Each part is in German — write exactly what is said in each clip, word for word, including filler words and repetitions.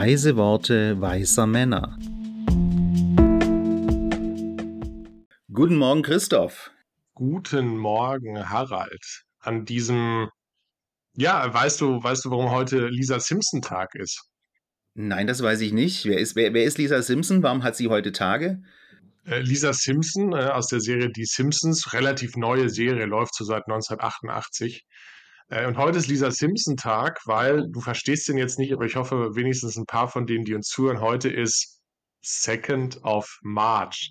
Weise Worte weiser Männer. Guten Morgen, Christoph. Guten Morgen, Harald. An diesem, ja, weißt du, weißt du, warum heute Lisa Simpson Tag ist? Nein, das weiß ich nicht. Wer ist, wer, wer ist Lisa Simpson? Warum hat sie heute Tage? Äh, Lisa Simpson äh, aus der Serie Die Simpsons, relativ neue Serie, läuft so seit neunzehnhundertachtundachtzig. Äh, und heute ist Lisa Simpson Tag, weil du verstehst den jetzt nicht, aber ich hoffe, wenigstens ein paar von denen, die uns zuhören, heute ist Second of March.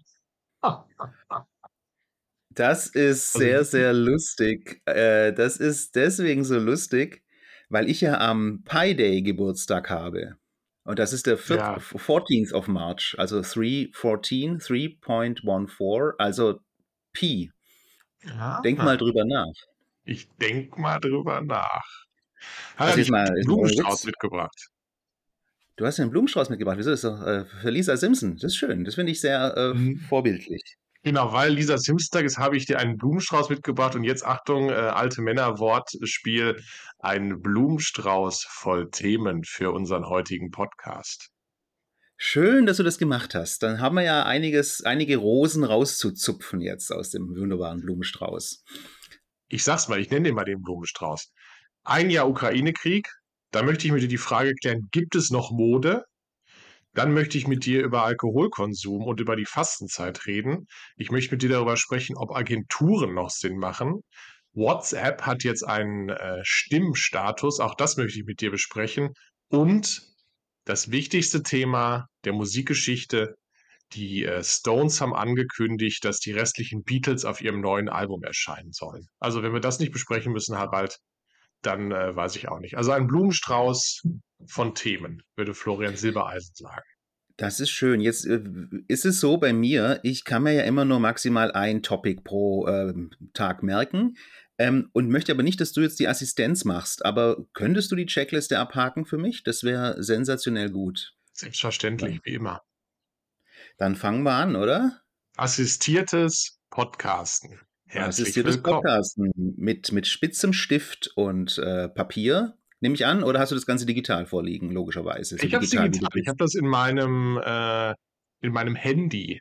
Das ist Also sehr, wirklich, sehr lustig. Äh, das ist deswegen so lustig, weil ich ja am Pi Day Geburtstag habe. Und das ist der ja, vierzehnten of March, also drei vierzehn, drei Komma vierzehn, also Pi. Denk mal ja, drüber nach. ich denk mal drüber nach. Also Harald, jetzt ich habe mal, dir einen ist mal ohne Blumenstrauß Witz. mitgebracht. Du hast ja einen Blumenstrauß mitgebracht. Wieso? Das ist doch äh, für Lisa Simpson. Das ist schön. Das finde ich sehr äh, Mhm. vorbildlich. Genau, weil Lisa Simpson ist, habe ich dir einen Blumenstrauß mitgebracht und jetzt Achtung, äh, alte Männer Wortspiel, ein Blumenstrauß voll Themen für unseren heutigen Podcast. Schön, dass du das gemacht hast. Dann haben wir ja einiges, einige Rosen rauszuzupfen jetzt aus dem wunderbaren Blumenstrauß. Ich sag's mal, ich nenne den mal den Blumenstrauß. Ein Jahr Ukraine-Krieg, da möchte ich mit dir die Frage klären, gibt es noch Mode? Dann möchte ich mit dir über Alkoholkonsum und über die Fastenzeit reden. Ich möchte mit dir darüber sprechen, ob Agenturen noch Sinn machen. WhatsApp hat jetzt einen äh, Stimmstatus, auch das möchte ich mit dir besprechen. Und das wichtigste Thema der Musikgeschichte, die äh, Stones haben angekündigt, dass die restlichen Beatles auf ihrem neuen Album erscheinen sollen. Also wenn wir das nicht besprechen müssen, Harald, dann äh, weiß ich auch nicht. Also ein Blumenstrauß von Themen, würde Florian Silbereisen sagen. Das ist schön. Jetzt äh, ist es so bei mir, ich kann mir ja immer nur maximal ein Topic pro ähm, Tag merken ähm, und möchte aber nicht, dass du jetzt die Assistenz machst. Aber könntest du die Checkliste abhaken für mich? Das wäre sensationell gut. Selbstverständlich, Dann, wie immer. dann fangen wir an, oder? Assistiertes Podcasten. Herzlich Assistiertes willkommen. Podcasten mit, mit spitzem Stift und äh, Papier, nehme ich an, oder hast du das Ganze digital vorliegen, logischerweise, so Ich habe es digital wie du digital. Ich bist? habe das in meinem, äh, in meinem Handy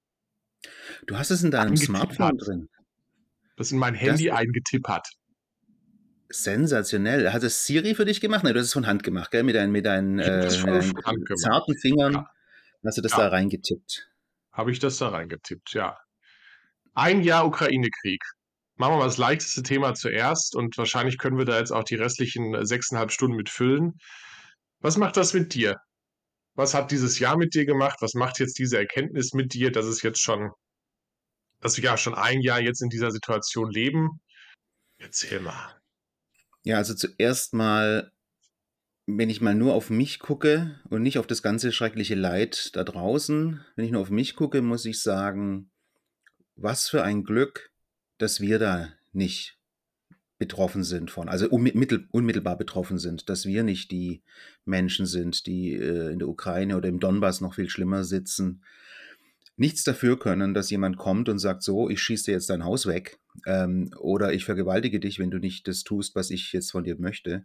Du hast es in deinem Smartphone eingetippert. drin. Das in mein Das Handy ist eingetippert. sensationell. Hat es Siri für dich gemacht? Nein, du hast es von Hand gemacht, gell? Mit deinen, mit deinen, Ich habe das äh, mit von, deinen von Hand gemacht. zarten Ja, Fingern hast du das da ja, reingetippt. habe ich das da reingetippt, ja. Ein Jahr Ukraine-Krieg. Machen wir mal das leichteste Thema zuerst und wahrscheinlich können wir da jetzt auch die restlichen äh, sechseinhalb Stunden mit füllen. Was macht das mit dir? Was hat dieses Jahr mit dir gemacht? Was macht jetzt diese Erkenntnis mit dir, dass es jetzt schon, dass wir ja schon ein Jahr jetzt in dieser Situation leben? Erzähl mal. Ja, also zuerst mal, wenn ich mal nur auf mich gucke und nicht auf das ganze schreckliche Leid da draußen, wenn ich nur auf mich gucke, muss ich sagen, was für ein Glück, dass wir da nicht betroffen sind von, also unmittel, unmittelbar betroffen sind, dass wir nicht die Menschen sind, die äh, in der Ukraine oder im Donbass noch viel schlimmer sitzen, nichts dafür können, dass jemand kommt und sagt, so, ich schieße dir jetzt dein Haus weg ähm, oder ich vergewaltige dich, wenn du nicht das tust, was ich jetzt von dir möchte.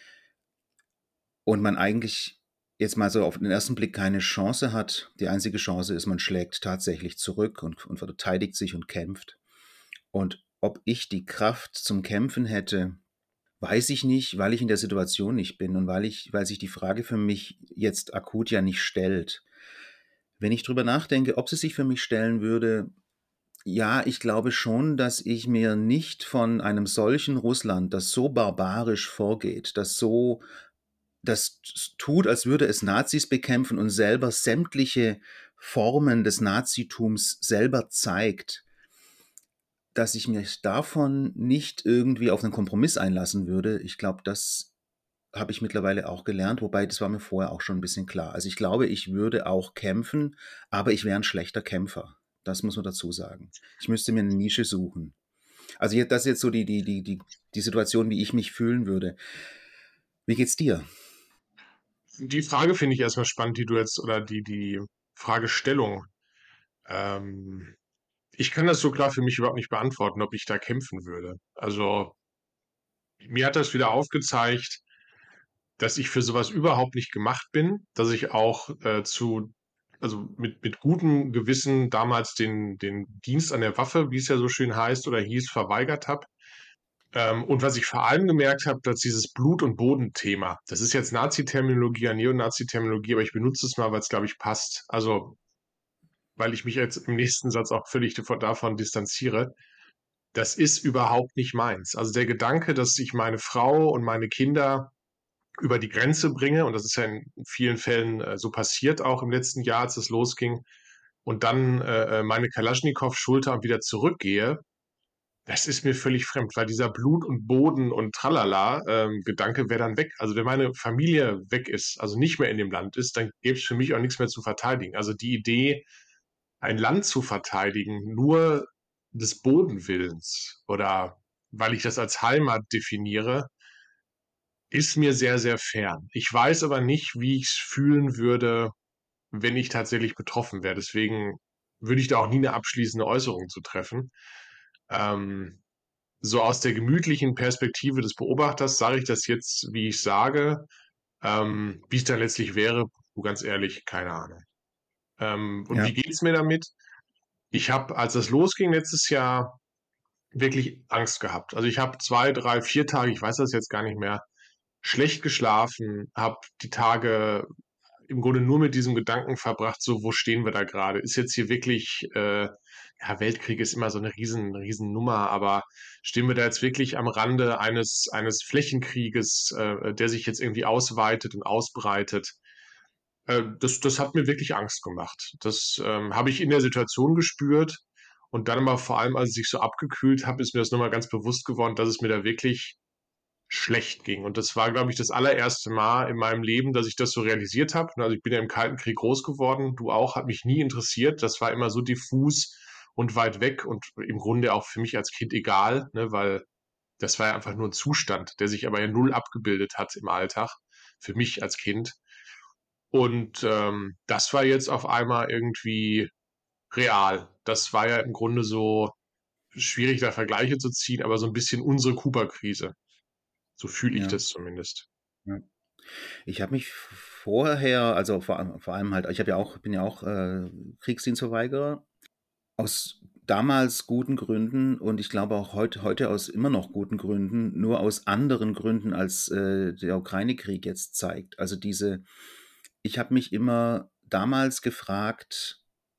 Und man eigentlich jetzt mal so auf den ersten Blick keine Chance hat. Die einzige Chance ist, man schlägt tatsächlich zurück und, und verteidigt sich und kämpft. Und ob ich die Kraft zum Kämpfen hätte, weiß ich nicht, weil ich in der Situation nicht bin und weil ich, weil sich die Frage für mich jetzt akut ja nicht stellt. Wenn ich drüber nachdenke, ob sie sich für mich stellen würde, ja, ich glaube schon, dass ich mir nicht von einem solchen Russland, das so barbarisch vorgeht, das so, das tut, als würde es Nazis bekämpfen und selber sämtliche Formen des Nazitums selber zeigt, dass ich mich davon nicht irgendwie auf einen Kompromiss einlassen würde. Ich glaube, das habe ich mittlerweile auch gelernt, wobei das war mir vorher auch schon ein bisschen klar. Also ich glaube, ich würde auch kämpfen, aber ich wäre ein schlechter Kämpfer. Das muss man dazu sagen. Ich müsste mir eine Nische suchen. Also das ist jetzt so die, die, die, die, die Situation, wie ich mich fühlen würde. Wie geht's dir? Die Frage finde ich erstmal spannend, die du jetzt, oder die, die Fragestellung. Ähm, ich kann das so klar für mich überhaupt nicht beantworten, ob ich da kämpfen würde. Also, mir hat das wieder aufgezeigt, dass ich für sowas überhaupt nicht gemacht bin, dass ich auch äh, zu, also mit, mit gutem Gewissen damals den, den Dienst an der Waffe, wie es ja so schön heißt oder hieß, verweigert habe. Ähm, und was ich vor allem gemerkt habe, dass dieses Blut- und Bodenthema, das ist jetzt Nazi-Terminologie, ja Neonazi-Terminologie, aber ich benutze es mal, weil es, glaube ich, passt. Also, weil ich mich jetzt im nächsten Satz auch völlig davon davon distanziere. Das ist überhaupt nicht meins. Also der Gedanke, dass ich meine Frau und meine Kinder über die Grenze bringe, und das ist ja in vielen Fällen äh, so passiert, auch im letzten Jahr, als es losging, und dann äh, äh, meine Kalaschnikow-Schulter und wieder zurückgehe, das ist mir völlig fremd, weil dieser Blut und Boden und Tralala ähm, Gedanke wäre dann weg. Also wenn meine Familie weg ist, also nicht mehr in dem Land ist, dann gäbe es für mich auch nichts mehr zu verteidigen. Also die Idee, ein Land zu verteidigen, nur des Bodenwillens oder weil ich das als Heimat definiere, ist mir sehr, sehr fern. Ich weiß aber nicht, wie ich es fühlen würde, wenn ich tatsächlich betroffen wäre. Deswegen würde ich da auch nie eine abschließende Äußerung zu treffen. Ähm, so aus der gemütlichen Perspektive des Beobachters sage ich das jetzt, wie ich sage. Ähm, wie es dann letztlich wäre, du ganz ehrlich, keine Ahnung. Ähm, und wie Ja, geht's mir damit? Ich habe, als das losging letztes Jahr, wirklich Angst gehabt. Also ich habe zwei, drei, vier Tage, ich weiß das jetzt gar nicht mehr, schlecht geschlafen, habe die Tage im Grunde nur mit diesem Gedanken verbracht, so, wo stehen wir da gerade? Ist jetzt hier wirklich, äh, ja, Weltkrieg ist immer so eine riesen, riesen Nummer, aber stehen wir da jetzt wirklich am Rande eines, eines Flächenkrieges, äh, der sich jetzt irgendwie ausweitet und ausbreitet? Äh, das, das hat mir wirklich Angst gemacht. Das ähm, habe ich in der Situation gespürt. Und dann aber vor allem, als ich sich so abgekühlt habe, ist mir das nochmal ganz bewusst geworden, dass es mir da wirklich schlecht ging. Und das war, glaube ich, das allererste Mal in meinem Leben, dass ich das so realisiert habe. Also ich bin ja im Kalten Krieg groß geworden. Du auch, hat mich nie interessiert. Das war immer so diffus und weit weg und im Grunde auch für mich als Kind egal, ne, weil das war ja einfach nur ein Zustand, der sich aber ja null abgebildet hat im Alltag für mich als Kind. Und ähm, das war jetzt auf einmal irgendwie real. Das war ja im Grunde so schwierig, da Vergleiche zu ziehen, aber so ein bisschen unsere Kuba-Krise. So fühle ich ja, das zumindest. ja. Ich habe mich vorher, also vor, vor allem halt, ich habe ja auch, bin ja auch äh, Kriegsdienstverweigerer aus damals guten Gründen und ich glaube auch heut, heute aus immer noch guten Gründen, nur aus anderen Gründen, als äh, der Ukraine-Krieg jetzt zeigt. Also diese, ich habe mich immer damals gefragt,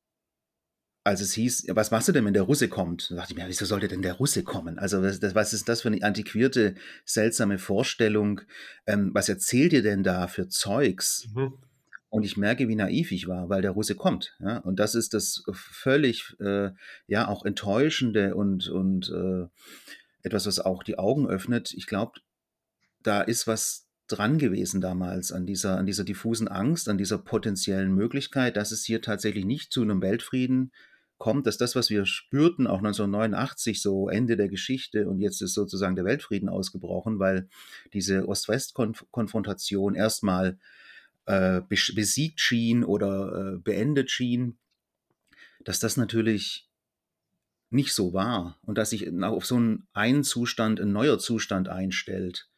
als es hieß, ja, was machst du denn, wenn der Russe kommt? Da dachte ich mir, ja, wieso sollte denn der Russe kommen? Also was, das, was ist das für eine antiquierte, seltsame Vorstellung? Ähm, was erzählt ihr denn da für Zeugs? Mhm. Und ich merke, wie naiv ich war, weil der Russe kommt. Ja? Und das ist das völlig, äh, ja, auch enttäuschende und, und äh, etwas, was auch die Augen öffnet. Ich glaube, da ist was dran gewesen damals an dieser, an dieser diffusen Angst, an dieser potenziellen Möglichkeit, dass es hier tatsächlich nicht zu einem Weltfrieden kommt, dass das, was wir spürten, auch neunzehnhundertneunundachtzig, so Ende der Geschichte und jetzt ist sozusagen der Weltfrieden ausgebrochen, weil diese Ost-West-Konfrontation erstmal äh, besiegt schien oder äh, beendet schien, dass das natürlich nicht so war und dass sich auf so einen, einen Zustand ein neuer Zustand einstellt.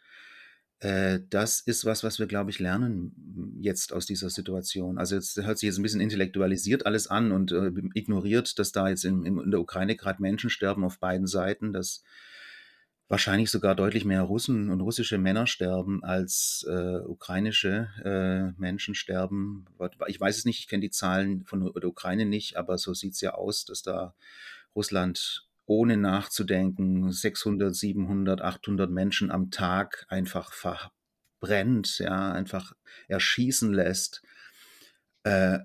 Äh, das ist was, was wir, glaube ich, lernen jetzt aus dieser Situation. Also jetzt hört sich jetzt ein bisschen intellektualisiert alles an und äh, ignoriert, dass da jetzt in, in der Ukraine gerade Menschen sterben auf beiden Seiten, dass wahrscheinlich sogar deutlich mehr Russen und russische Männer sterben als äh, ukrainische äh, Menschen sterben. Ich weiß es nicht, ich kenne die Zahlen von der Ukraine nicht, aber so sieht es ja aus, dass da Russland ohne nachzudenken sechshundert, siebenhundert, achthundert Menschen am Tag einfach verbrennt, ja, einfach erschießen lässt. Äh,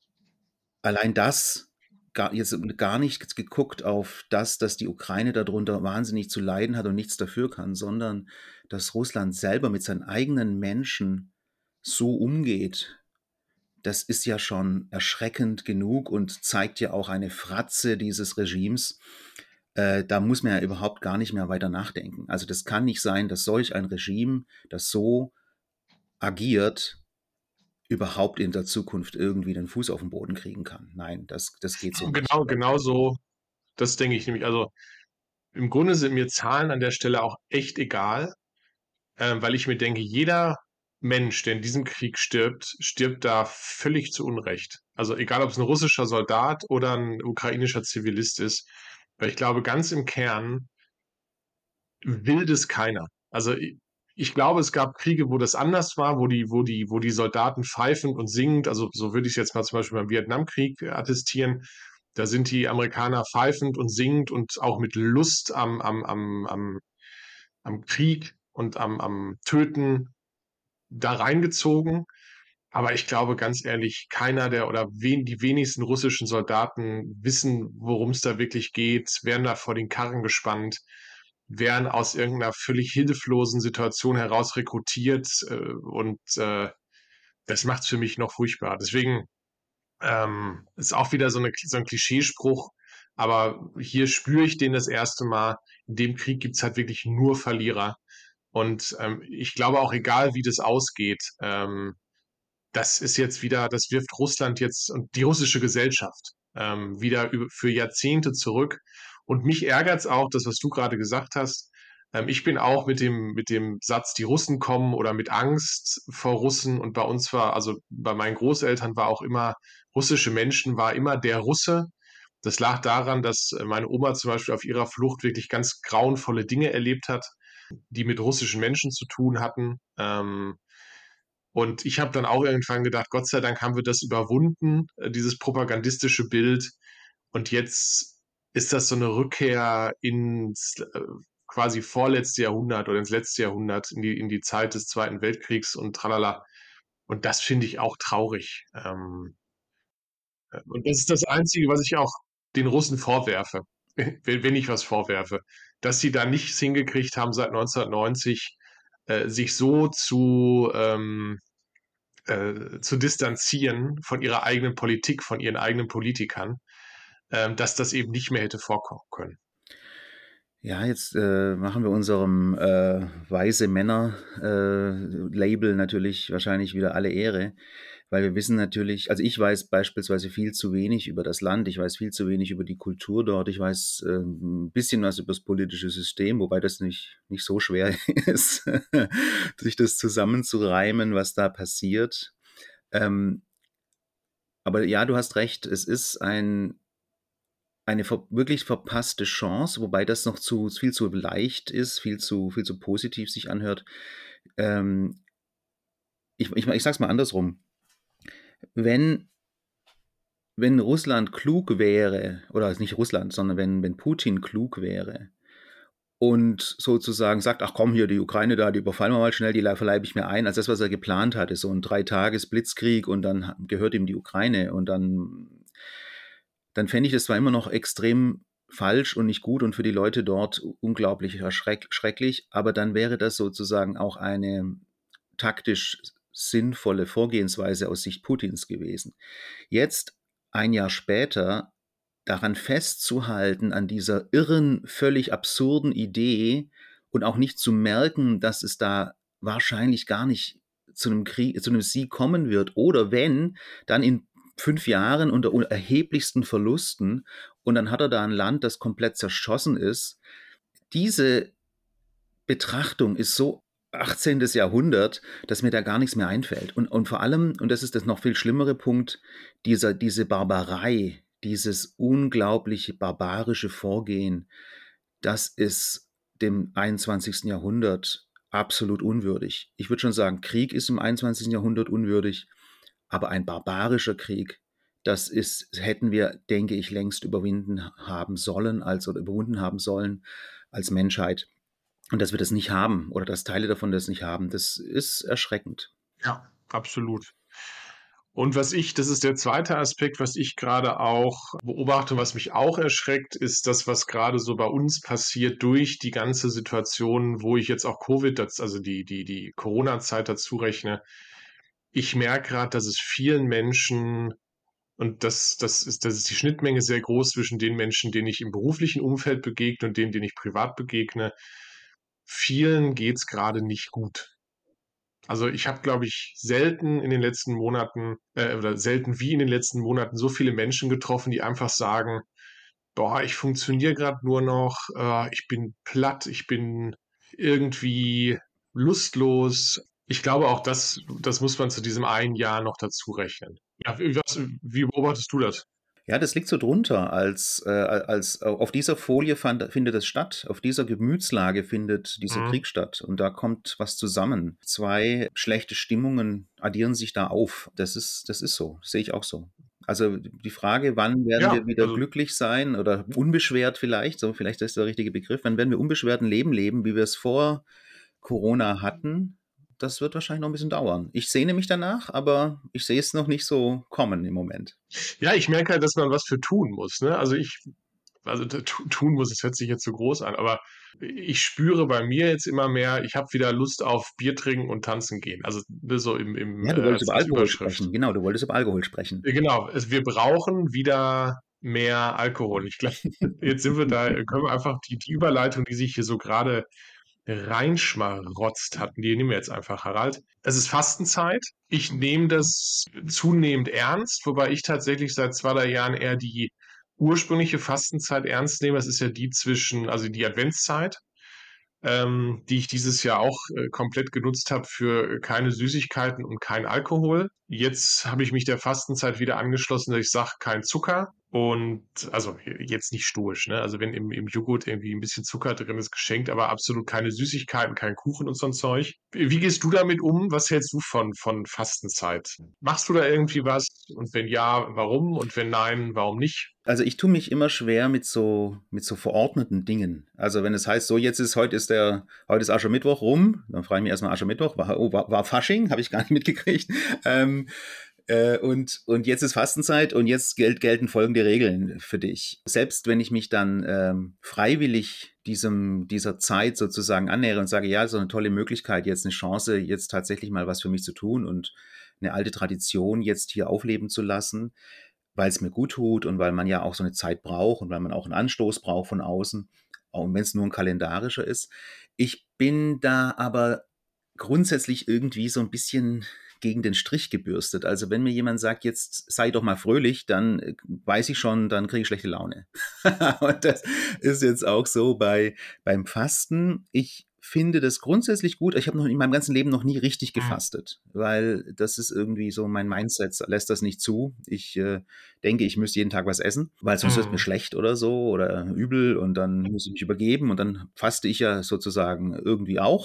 Allein das, gar, jetzt gar nicht geguckt auf das, dass die Ukraine darunter wahnsinnig zu leiden hat und nichts dafür kann, sondern dass Russland selber mit seinen eigenen Menschen so umgeht, das ist ja schon erschreckend genug und zeigt ja auch eine Fratze dieses Regimes. Äh, da muss man ja überhaupt gar nicht mehr weiter nachdenken. Also das kann nicht sein, dass solch ein Regime, das so agiert, überhaupt in der Zukunft irgendwie den Fuß auf den Boden kriegen kann. Nein, das, das geht so nicht. Genau, genau so, das denke ich nämlich. Also im Grunde sind mir Zahlen an der Stelle auch echt egal, äh, weil ich mir denke, jeder Mensch, der in diesem Krieg stirbt, stirbt da völlig zu Unrecht. Also egal, ob es ein russischer Soldat oder ein ukrainischer Zivilist ist, weil ich glaube, ganz im Kern will das keiner. Also i- ich glaube, es gab Kriege, wo das anders war, wo die, wo die, wo die Soldaten pfeifend und singend, also so würde ich es jetzt mal zum Beispiel beim Vietnamkrieg äh, attestieren, da sind die Amerikaner pfeifend und singend und auch mit Lust am, am, am, am, am Krieg und am, am Töten da reingezogen. Aber ich glaube ganz ehrlich, keiner der oder wen, die wenigsten russischen Soldaten wissen, worum es da wirklich geht, werden da vor den Karren gespannt, werden aus irgendeiner völlig hilflosen Situation heraus rekrutiert äh, und äh, das macht es für mich noch furchtbar. Deswegen ähm, ist auch wieder so, eine, so ein Klischeespruch, aber hier spüre ich den das erste Mal. In dem Krieg gibt's halt wirklich nur Verlierer. Und ähm, ich glaube auch, egal wie das ausgeht, ähm, das ist jetzt wieder, das wirft Russland jetzt und die russische Gesellschaft ähm, wieder über, für Jahrzehnte zurück. Und mich ärgert's auch, das, was du gerade gesagt hast. Ähm, ich bin auch mit dem, mit dem Satz, die Russen kommen oder mit Angst vor Russen. Und bei uns war, also bei meinen Großeltern war auch immer, russische Menschen war immer der Russe. Das lag daran, dass meine Oma zum Beispiel auf ihrer Flucht wirklich ganz grauenvolle Dinge erlebt hat, die mit russischen Menschen zu tun hatten. Ähm, und ich habe dann auch irgendwann gedacht, Gott sei Dank haben wir das überwunden, äh, dieses propagandistische Bild. Und jetzt ist das so eine Rückkehr ins äh, quasi vorletzte Jahrhundert oder ins letzte Jahrhundert, in die, in die Zeit des Zweiten Weltkriegs und tralala. Und das finde ich auch traurig. Ähm, äh, und das ist das Einzige, was ich auch den Russen vorwerfe, wenn, wenn ich was vorwerfe, dass sie da nichts hingekriegt haben seit neunzehnhundertneunzig, äh, sich so zu, ähm, äh, zu distanzieren von ihrer eigenen Politik, von ihren eigenen Politikern, ähm, dass das eben nicht mehr hätte vorkommen können. Ja, jetzt äh, machen wir unserem äh, weise Männer äh, Label natürlich wahrscheinlich wieder alle Ehre, weil wir wissen natürlich, also ich weiß beispielsweise viel zu wenig über das Land, ich weiß viel zu wenig über die Kultur dort, ich weiß äh, ein bisschen was über das politische System, wobei das nicht, nicht so schwer ist, sich das zusammenzureimen, was da passiert. Ähm, aber ja, du hast recht, es ist ein eine ver wirklich verpasste Chance, wobei das noch zu viel zu leicht ist, viel zu viel zu positiv sich anhört. Ähm, ich ich ich sage es mal andersrum. Wenn wenn Russland klug wäre, oder nicht Russland, sondern wenn wenn Putin klug wäre und sozusagen sagt: „Ach komm, hier die Ukraine da, die überfallen wir mal schnell, die le verleibe ich mir ein“, als das, was er geplant hatte, so 'n Drei-Tages-Blitzkrieg und dann ha gehört ihm die Ukraine und dann dann fände ich das zwar immer noch extrem falsch und nicht gut und für die Leute dort unglaublich erschreck schrecklich, aber dann wäre das sozusagen auch eine taktisch sinnvolle Vorgehensweise aus Sicht Putins gewesen. Jetzt, ein Jahr später, daran festzuhalten, an dieser irren, völlig absurden Idee und auch nicht zu merken, dass es da wahrscheinlich gar nicht zu einem Krieg, zu einem Sieg kommen wird. Oder wenn, dann in fünf Jahren unter erheblichsten Verlusten und dann hat er da ein Land, das komplett zerschossen ist. Diese Betrachtung ist so achtzehntes. Jahrhundert, dass mir da gar nichts mehr einfällt. Und, und vor allem, und das ist das noch viel schlimmere Punkt, dieser, diese Barbarei, dieses unglaubliche barbarische Vorgehen, das ist dem einundzwanzigsten. Jahrhundert absolut unwürdig. Ich würde schon sagen, Krieg ist im einundzwanzigsten. Jahrhundert unwürdig, aber ein barbarischer Krieg, das ist, hätten wir, denke ich, längst überwinden haben sollen, als oder überwunden haben sollen als Menschheit. Und dass wir das nicht haben oder dass Teile davon das nicht haben, das ist erschreckend. Ja, absolut. Und was ich, das ist der zweite Aspekt, was ich gerade auch beobachte, was mich auch erschreckt, ist das, was gerade so bei uns passiert durch die ganze Situation, wo ich jetzt auch Covid, also die, die, die Corona-Zeit dazu rechne. Ich merke gerade, dass es vielen Menschen, und das, das ist, das ist die Schnittmenge sehr groß zwischen den Menschen, denen ich im beruflichen Umfeld begegne und denen, denen ich privat begegne. Vielen geht's gerade nicht gut. Also ich habe, glaube ich, selten in den letzten Monaten äh, oder selten wie in den letzten Monaten so viele Menschen getroffen, die einfach sagen, boah, ich funktioniere gerade nur noch, äh, ich bin platt, ich bin irgendwie lustlos. Ich glaube auch, das das muss man zu diesem einen Jahr noch dazu rechnen. Ja, wie was wie beobachtest du das? Ja, das liegt so drunter, als, äh, als auf dieser Folie fand, findet es statt, auf dieser Gemütslage findet dieser Mhm. Krieg statt und da kommt was zusammen. Zwei schlechte Stimmungen addieren sich da auf. Das ist, das ist so, sehe ich auch so. Also die Frage, wann werden wir Ja, wieder also glücklich sein oder unbeschwert vielleicht, so vielleicht ist der richtige Begriff, wann werden wir unbeschwert ein Leben leben, wie wir es vor Corona hatten, das wird wahrscheinlich noch ein bisschen dauern. Ich sehne mich danach, aber ich sehe es noch nicht so kommen im Moment. ja, ich merke halt, dass man was für tun muss, ne? Also, ich also, t tu tun muss, es hört sich jetzt so groß an, aber ich spüre bei mir jetzt immer mehr, ich habe wieder Lust auf Bier trinken und tanzen gehen. Also, ne, so im im Ja, äh, du wolltest als über als Alkohol Überschrift. sprechen. Genau, du wolltest über Alkohol sprechen. Äh, genau, also, wir brauchen wieder mehr Alkohol. Ich glaube, jetzt sind wir da können wir einfach die die Überleitung, die sich hier so grade reinschmarotzt hat, die nehmen wir jetzt einfach, Harald. Es ist Fastenzeit. Ich nehme das zunehmend ernst, wobei ich tatsächlich seit zwei, drei Jahren eher die ursprüngliche Fastenzeit ernst nehme. Das ist ja die zwischen, also die Adventszeit, ähm, die ich dieses Jahr auch äh, komplett genutzt habe für keine Süßigkeiten und kein Alkohol. Jetzt habe ich mich der Fastenzeit wieder angeschlossen, dass ich sage, kein Zucker. Und also jetzt nicht stoisch, ne? Also wenn im, im Joghurt irgendwie ein bisschen Zucker drin ist, geschenkt, aber absolut keine Süßigkeiten, kein Kuchen und so ein Zeug. Wie gehst du damit um? Was hältst du von, von Fastenzeit? Machst du da irgendwie was? Und wenn ja, warum? Und wenn nein, warum nicht? Also ich tue mich immer schwer mit so, mit so verordneten Dingen. Also wenn es heißt, so jetzt ist, heute ist der, heute ist Aschermittwoch rum, dann frage ich mich erstmal Aschermittwoch, war, oh, war, war Fasching, habe ich gar nicht mitgekriegt. Ähm, äh, und, und jetzt ist Fastenzeit und jetzt gel gelten folgende Regeln für dich. Selbst wenn ich mich dann ähm, freiwillig diesem, dieser Zeit sozusagen annähere und sage, ja, so eine tolle Möglichkeit, jetzt eine Chance, jetzt tatsächlich mal was für mich zu tun und eine alte Tradition jetzt hier aufleben zu lassen, weil es mir gut tut und weil man ja auch so eine Zeit braucht und weil man auch einen Anstoß braucht von außen, auch wenn es nur ein kalendarischer ist. Ich bin da aber grundsätzlich irgendwie so ein bisschen gegen den Strich gebürstet. Also wenn mir jemand sagt, jetzt sei doch mal fröhlich, dann äh, weiß ich schon, dann kriege ich schlechte Laune. Und das ist jetzt auch so bei, beim Fasten. Ich finde das grundsätzlich gut. Ich habe noch in meinem ganzen Leben noch nie richtig Hm. gefastet, weil das ist irgendwie so, mein Mindset lässt das nicht zu. Ich äh, denke, ich müsste jeden Tag was essen, weil sonst wird mir Hm. schlecht oder so oder übel und dann muss ich mich übergeben und dann faste ich ja sozusagen irgendwie auch.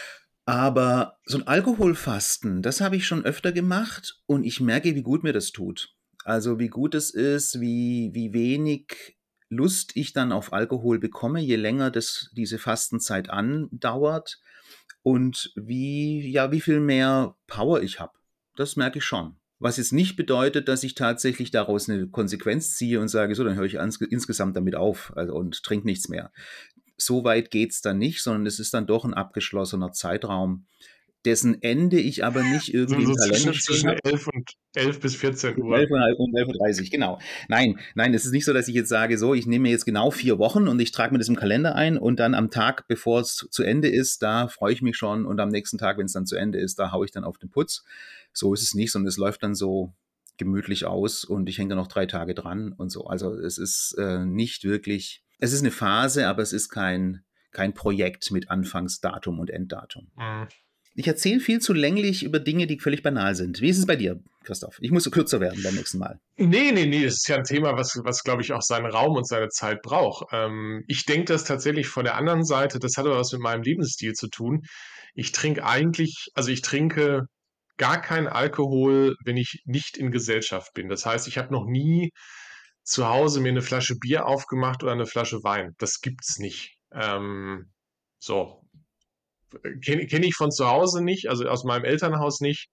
Aber so ein Alkoholfasten, das habe ich schon öfter gemacht und ich merke, wie gut mir das tut. Also wie gut es ist, wie, wie wenig Lust ich dann auf Alkohol bekomme, je länger das, diese Fastenzeit andauert und wie, ja, wie viel mehr Power ich habe. Das merke ich schon. Was jetzt nicht bedeutet, dass ich tatsächlich daraus eine Konsequenz ziehe und sage, so, dann höre ich ans insgesamt damit auf, also, und trinke nichts mehr. So weit geht's dann nicht, sondern es ist dann doch ein abgeschlossener Zeitraum, dessen Ende ich aber nicht So, irgendwie im so Kalender zwischen, stehen zwischen habe. elf und elf bis vierzehn Um Uhr. elf Uhr und elf Uhr dreißig, genau. Nein, nein, es ist nicht so, dass ich jetzt sage, so, ich nehme mir jetzt genau vier Wochen und ich trage mir das im Kalender ein und dann am Tag, bevor es zu Ende ist, da freue ich mich schon und am nächsten Tag, wenn es dann zu Ende ist, da haue ich dann auf den Putz. So ist es nicht, sondern es läuft dann so gemütlich aus und ich hänge dann noch drei Tage dran und so. Also es ist äh, nicht wirklich, es ist eine Phase, aber es ist kein, kein Projekt mit Anfangsdatum und Enddatum. Hm. Ich erzähle viel zu länglich über Dinge, die völlig banal sind. Wie ist es bei dir, Christoph? Ich muss so kürzer werden beim nächsten Mal. Nee, nee, nee, das ist ja ein Thema, was, was glaube ich, auch seinen Raum und seine Zeit braucht. Ähm, ich denke das tatsächlich von der anderen Seite, das hat aber was mit meinem Lebensstil zu tun. Ich trinke eigentlich, also ich trinke gar keinen Alkohol, wenn ich nicht in Gesellschaft bin. Das heißt, ich habe noch nie zu Hause mir eine Flasche Bier aufgemacht oder eine Flasche Wein. Das gibt's nicht. Ähm, so, kenne kenn ich von zu Hause nicht, also aus meinem Elternhaus nicht.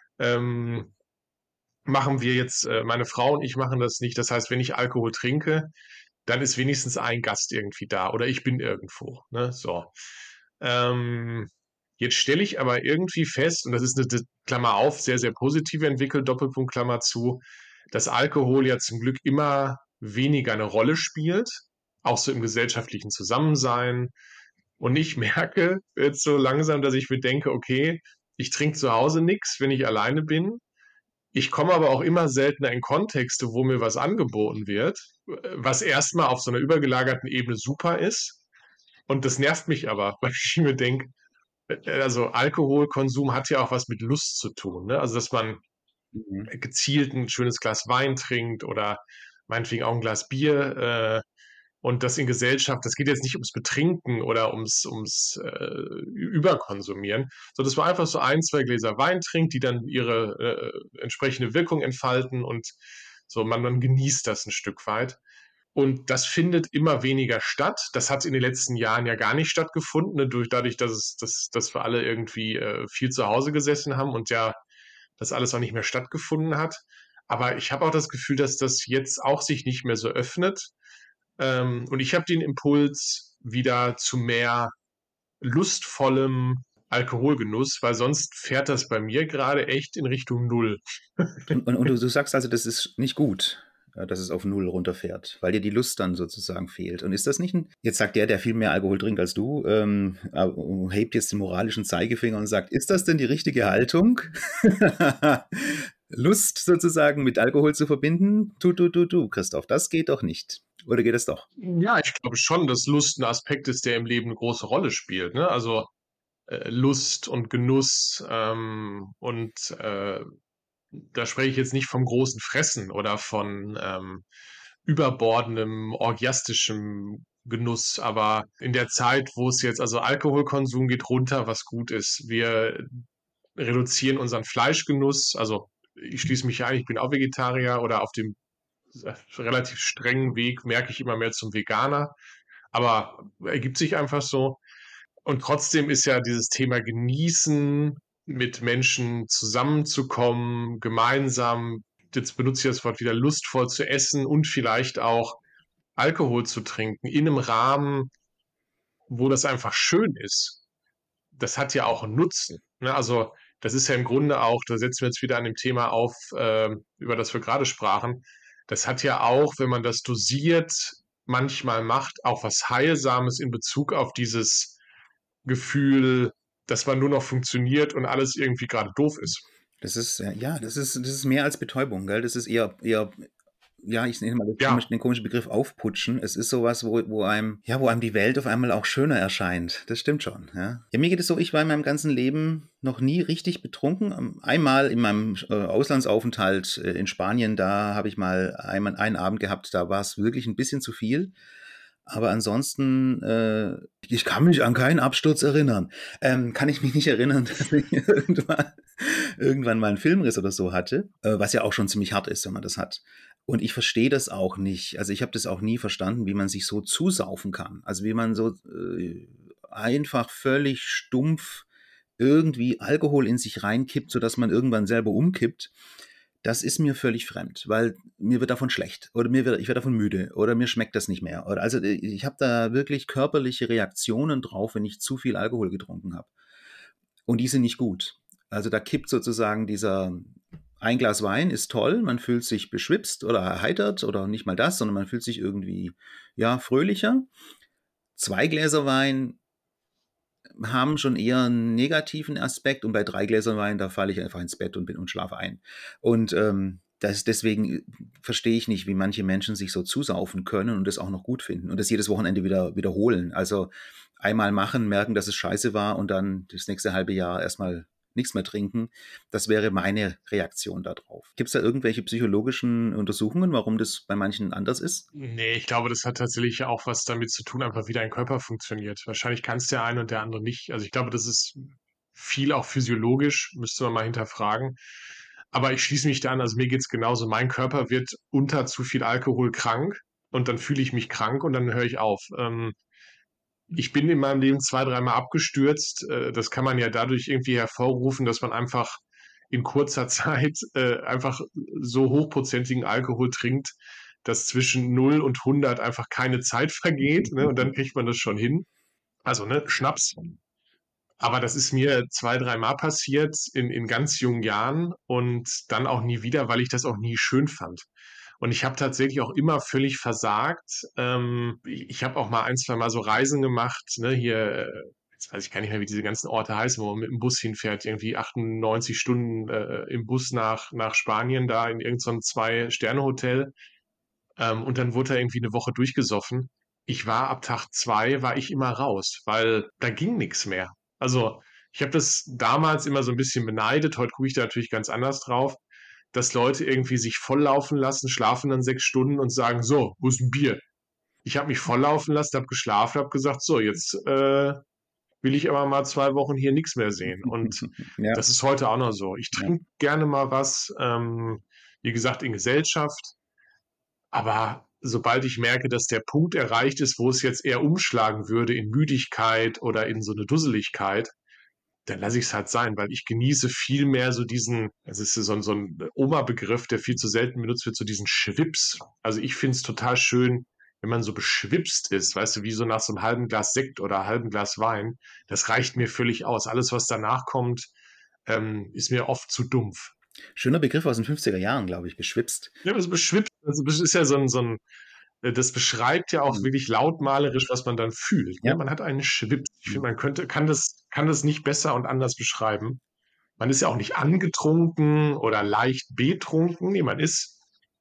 Ähm, machen wir jetzt, äh, meine Frau und ich machen das nicht. Das heißt, wenn ich Alkohol trinke, dann ist wenigstens ein Gast irgendwie da oder ich bin irgendwo. Ne? So. Ähm, jetzt stelle ich aber irgendwie fest, und das ist eine D- Klammer auf, sehr, sehr positive Entwicklung, Doppelpunkt Klammer zu, dass Alkohol ja zum Glück immer weniger eine Rolle spielt, auch so im gesellschaftlichen Zusammensein. Und ich merke jetzt so langsam, dass ich mir denke, okay, ich trinke zu Hause nichts, wenn ich alleine bin. Ich komme aber auch immer seltener in Kontexte, wo mir was angeboten wird, was erstmal auf so einer übergelagerten Ebene super ist. Und das nervt mich aber, weil ich mir denke, also Alkoholkonsum hat ja auch was mit Lust zu tun, ne? Also, dass man Mhm. gezielt ein schönes Glas Wein trinkt oder meinetwegen auch ein Glas Bier, äh, und das in Gesellschaft. Das geht jetzt nicht ums Betrinken oder ums ums, äh, Überkonsumieren, sondern dass man einfach so ein, zwei Gläser Wein trinkt, die dann ihre, äh, entsprechende Wirkung entfalten und so man man genießt das ein Stück weit. Und das findet immer weniger statt. Das hat in den letzten Jahren ja gar nicht stattgefunden, ne, durch dadurch, dass es dass dass wir alle irgendwie, äh, viel zu Hause gesessen haben und ja das alles auch nicht mehr stattgefunden hat. Aber ich habe auch das Gefühl, dass das jetzt auch sich nicht mehr so öffnet. Ähm, und ich habe den Impuls wieder zu mehr lustvollem Alkoholgenuss, weil sonst fährt das bei mir gerade echt in Richtung Null. Und, und, und du, du sagst also, das ist nicht gut, äh, dass es auf Null runterfährt, weil dir die Lust dann sozusagen fehlt. Und ist das nicht ein, jetzt sagt der, der viel mehr Alkohol trinkt als du, ähm, äh, hebt jetzt den moralischen Zeigefinger und sagt, ist das denn die richtige Haltung? Lust sozusagen mit Alkohol zu verbinden? Du, du, du, du, Christoph, das geht doch nicht. Oder geht es doch? Ja, ich glaube schon, dass Lust ein Aspekt ist, der im Leben eine große Rolle spielt. Ne? Also äh, Lust und Genuss ähm, und äh, da spreche ich jetzt nicht vom großen Fressen oder von ähm, überbordendem, orgiastischem Genuss, aber in der Zeit, wo es jetzt, also Alkoholkonsum geht runter, was gut ist. Wir reduzieren unseren Fleischgenuss, also ich schließe mich ein, ich bin auch Vegetarier oder auf dem äh, relativ strengen Weg merke ich immer mehr zum Veganer, aber ergibt sich einfach so. Und trotzdem ist ja dieses Thema Genießen, mit Menschen zusammenzukommen, gemeinsam, jetzt benutze ich das Wort wieder, lustvoll zu essen und vielleicht auch Alkohol zu trinken in einem Rahmen, wo das einfach schön ist. Das hat ja auch einen Nutzen. Ne? Also das ist ja im Grunde auch, da setzen wir jetzt wieder an dem Thema auf, äh, über das wir gerade sprachen. Das hat ja auch, wenn man das dosiert manchmal macht, auch was Heilsames in Bezug auf dieses Gefühl, dass man nur noch funktioniert und alles irgendwie gerade doof ist. Das ist, äh, ja, das ist, das ist mehr als Betäubung, gell? Das ist eher, eher, ja, ich nenne mal den Ja, komischen, den komischen Begriff aufputschen. Es ist sowas, wo, wo einem, ja, wo einem die Welt auf einmal auch schöner erscheint. Das stimmt schon, ja. Ja, mir geht es so, ich war in meinem ganzen Leben noch nie richtig betrunken. Ähm, Einmal in meinem äh, Auslandsaufenthalt äh, in Spanien, da habe ich mal einmal einen Abend gehabt, da war es wirklich ein bisschen zu viel. Aber ansonsten, äh, ich kann mich an keinen Absturz erinnern. Ähm, kann ich mich nicht erinnern, dass ich irgendwann, irgendwann mal einen Filmriss oder so hatte, äh, was ja auch schon ziemlich hart ist, wenn man das hat. Und ich verstehe das auch nicht. Also ich habe das auch nie verstanden, wie man sich so zusaufen kann. Also wie man so äh, einfach völlig stumpf irgendwie Alkohol in sich reinkippt, sodass man irgendwann selber umkippt. Das ist mir völlig fremd, weil mir wird davon schlecht oder mir wird, ich werde davon müde oder mir schmeckt das nicht mehr. Oder also äh, ich habe da wirklich körperliche Reaktionen drauf, wenn ich zu viel Alkohol getrunken habe. Und die sind nicht gut. Also da kippt sozusagen dieser, ein Glas Wein ist toll, man fühlt sich beschwipst oder erheitert oder nicht mal das, sondern man fühlt sich irgendwie, ja, fröhlicher. Zwei Gläser Wein haben schon eher einen negativen Aspekt und bei drei Gläsern Wein, da falle ich einfach ins Bett und bin und schlafe ein. Und ähm, das, deswegen verstehe ich nicht, wie manche Menschen sich so zusaufen können und das auch noch gut finden und das jedes Wochenende wieder wiederholen. Also einmal machen, merken, dass es scheiße war und dann das nächste halbe Jahr erstmal nichts mehr trinken. Das wäre meine Reaktion darauf. Gibt es da irgendwelche psychologischen Untersuchungen, warum das bei manchen anders ist? nee, ich glaube, das hat tatsächlich auch was damit zu tun, einfach wie dein Körper funktioniert. Wahrscheinlich kann es der eine und der andere nicht. Also ich glaube, das ist viel auch physiologisch, müsste man mal hinterfragen. Aber ich schließe mich da an, also mir geht's genauso. Mein Körper wird unter zu viel Alkohol krank und dann fühle ich mich krank und dann höre ich auf. Ähm, ich bin in meinem Leben zwei, dreimal abgestürzt. Äh, das kann man ja dadurch irgendwie hervorrufen, dass man einfach in kurzer Zeit äh, einfach so hochprozentigen Alkohol trinkt, dass zwischen null und hundert einfach keine Zeit vergeht, ne? Und dann kriegt man das schon hin. Also, ne, Schnaps. Aber das ist mir zwei, dreimal passiert in, in ganz jungen Jahren und dann auch nie wieder, weil ich das auch nie schön fand. Und ich habe tatsächlich auch immer völlig versagt. Ähm, ich ich habe auch mal ein, zwei Mal so Reisen gemacht, ne, hier, äh, jetzt weiß ich gar nicht mehr, wie diese ganzen Orte heißen, wo man mit dem Bus hinfährt, irgendwie achtundneunzig Stunden äh, im Bus nach, nach Spanien, da in irgendeinem Zwei-Sterne-Hotel. Ähm, und dann wurde er irgendwie eine Woche durchgesoffen. Ich war ab Tag zwei, war ich immer raus, weil da ging nichts mehr. Also Ich habe das damals immer so ein bisschen beneidet, heute gucke ich da natürlich ganz anders drauf, dass Leute irgendwie sich volllaufen lassen, schlafen dann sechs Stunden und sagen: „So, wo ist 'n Bier?“ Ich habe mich volllaufen lassen, habe geschlafen, habe gesagt: „So, jetzt, äh, will ich aber mal zwei Wochen hier nichts mehr sehen.“ Und Ja, das ist heute auch noch so. Ich ja. trinke gerne mal was, ähm, wie gesagt, in Gesellschaft, aber sobald ich merke, dass der Punkt erreicht ist, wo es jetzt eher umschlagen würde in Müdigkeit oder in so eine Dusseligkeit, dann lasse ich es halt sein, weil ich genieße viel mehr so diesen, es ist so 'n so 'n Oma-Begriff, der viel zu selten benutzt wird, so diesen Schwips. Also, ich finde es total schön, wenn man so beschwipst ist, weißt du, wie so nach so 'nem halben Glas Sekt oder halben Glas Wein. Das reicht mir völlig aus. Alles, was danach kommt, ähm, ist mir oft zu dumpf. Schöner Begriff aus den fünfziger Jahren, glaube ich, beschwipst. Ja, also beschwipst, also das ist ja so 'n so 'n äh, das beschreibt ja auch Mhm. wirklich lautmalerisch, was man dann fühlt, ne? Ja. Man hat einen Schwips. Ich Mhm. finde, man könnte kann das kann das nicht besser und anders beschreiben. Man ist ja auch nicht angetrunken oder leicht betrunken. Ne, man ist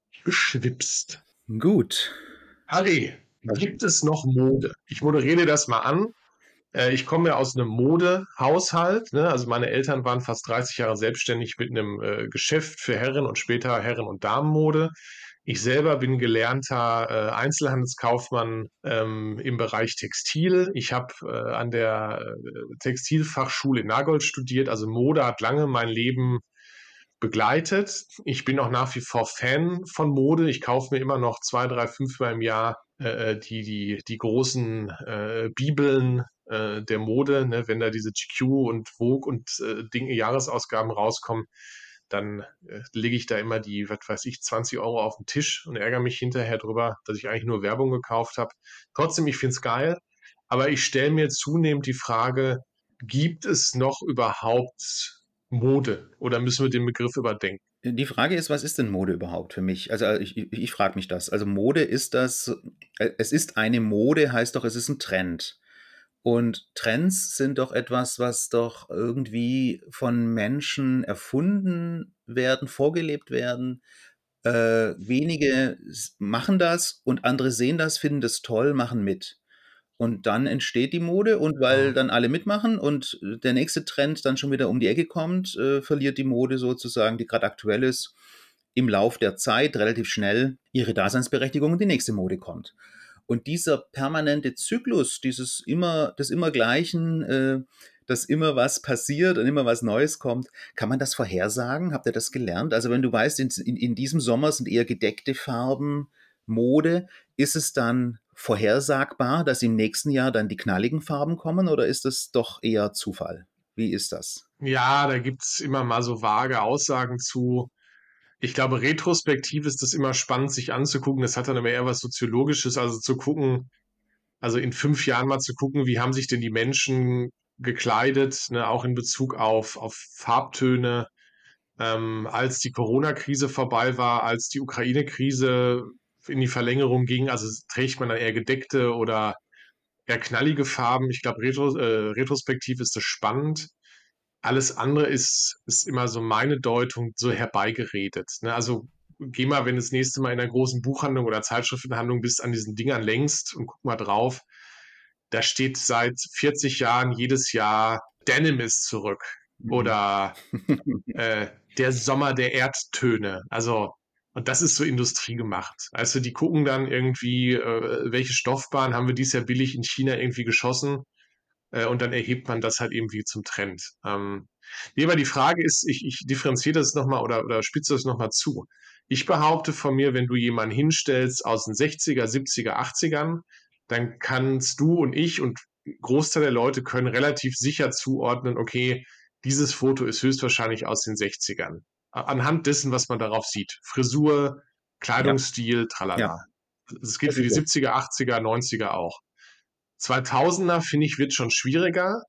beschwipst. Gut. Harry, gibt es noch Mode? Ich moderiere das mal an. Äh, ich komme ja aus 'nem Modehaushalt, ne? Also, meine Eltern waren fast dreißig Jahre selbstständig mit 'nem, äh, Geschäft für Herren und später Herren und Damenmode. Ich selber bin gelernter, äh, Einzelhandelskaufmann, ähm, im Bereich Textil. Ich habe, äh, an der, äh, Textilfachschule in Nagold studiert. Also, Mode hat lange mein Leben begleitet. Ich bin auch nach wie vor Fan von Mode. Ich kaufe mir immer noch zwei, drei, fünfmal im Jahr äh, die, die, die großen äh, Bibeln äh, der Mode, ne? Wenn da diese G Q und Vogue und äh, Dinge, Jahresausgaben rauskommen, dann äh, lege ich da immer die, was weiß ich, zwanzig Euro auf den Tisch und ärgere mich hinterher drüber, dass ich eigentlich nur Werbung gekauft habe. Trotzdem, ich finde es geil, aber ich stelle mir zunehmend die Frage, gibt es noch überhaupt Mode oder müssen wir den Begriff überdenken? Die Frage ist, was ist denn Mode überhaupt für mich? Also ich, ich, ich frage mich das. Also Mode ist das, äh, es ist eine Mode, heißt doch, es ist ein Trend. Und Trends sind doch etwas, was doch irgendwie von Menschen erfunden werden, vorgelebt werden. Äh, wenige s- machen das und andere sehen das, finden das toll, machen mit. Und dann entsteht die Mode und weil Ja. dann alle mitmachen und äh, der nächste Trend dann schon wieder um die Ecke kommt, äh, verliert die Mode sozusagen, die gerade aktuell ist, im Lauf der Zeit relativ schnell ihre Daseinsberechtigung und die nächste Mode kommt. Und dieser permanente Zyklus, dieses immer, des Immergleichen, äh, dass immer was passiert und immer was Neues kommt, kann man das vorhersagen? Habt ihr das gelernt? Also wenn du weißt, in, in, in diesem Sommer sind eher gedeckte Farben Mode, ist es dann vorhersagbar, dass im nächsten Jahr dann die knalligen Farben kommen oder ist das doch eher Zufall? Wie ist das? Ja, da gibt's immer mal so vage Aussagen zu. Ich glaube, retrospektiv ist das immer spannend, sich anzugucken. Das hat dann aber eher was Soziologisches, also zu gucken, also in fünf Jahren mal zu gucken, wie haben sich denn die Menschen gekleidet, ne, auch in Bezug auf, auf Farbtöne, ähm, als die Corona-Krise vorbei war, als die Ukraine-Krise in die Verlängerung ging. Also trägt man dann eher gedeckte oder eher knallige Farben. Ich glaube, retro, äh, retrospektiv ist das spannend. Alles andere ist, ist immer so meine Deutung, so herbeigeredet. Ne? Also geh mal, wenn du das nächste Mal in einer großen Buchhandlung oder Zeitschriftenhandlung bist, an diesen Dingern längst und guck mal drauf. Da steht seit vierzig Jahren jedes Jahr Denim ist zurück Mhm. oder äh, der Sommer der Erdtöne. Also, und das ist so Industrie gemacht. Also, die gucken dann irgendwie, äh, welche Stoffbahn haben wir dieses Jahr billig in China irgendwie geschossen, äh, und dann erhebt man das halt irgendwie zum Trend. Ähm, nee, aber die Frage ist, ich, ich differenziere das nochmal oder, oder spitze das nochmal zu. Ich behaupte von mir, wenn du jemanden hinstellst aus den sechziger, siebziger, achtzigern, dann kannst du und ich und ein Großteil der Leute können relativ sicher zuordnen, okay, dieses Foto ist höchstwahrscheinlich aus den sechzigern. Anhand dessen, was man darauf sieht. Frisur, Ja, Kleidungsstil, ja, tralala. Das gilt das für die ist so. siebziger, achtziger, neunziger auch. zweitausender finde ich, wird schon schwieriger.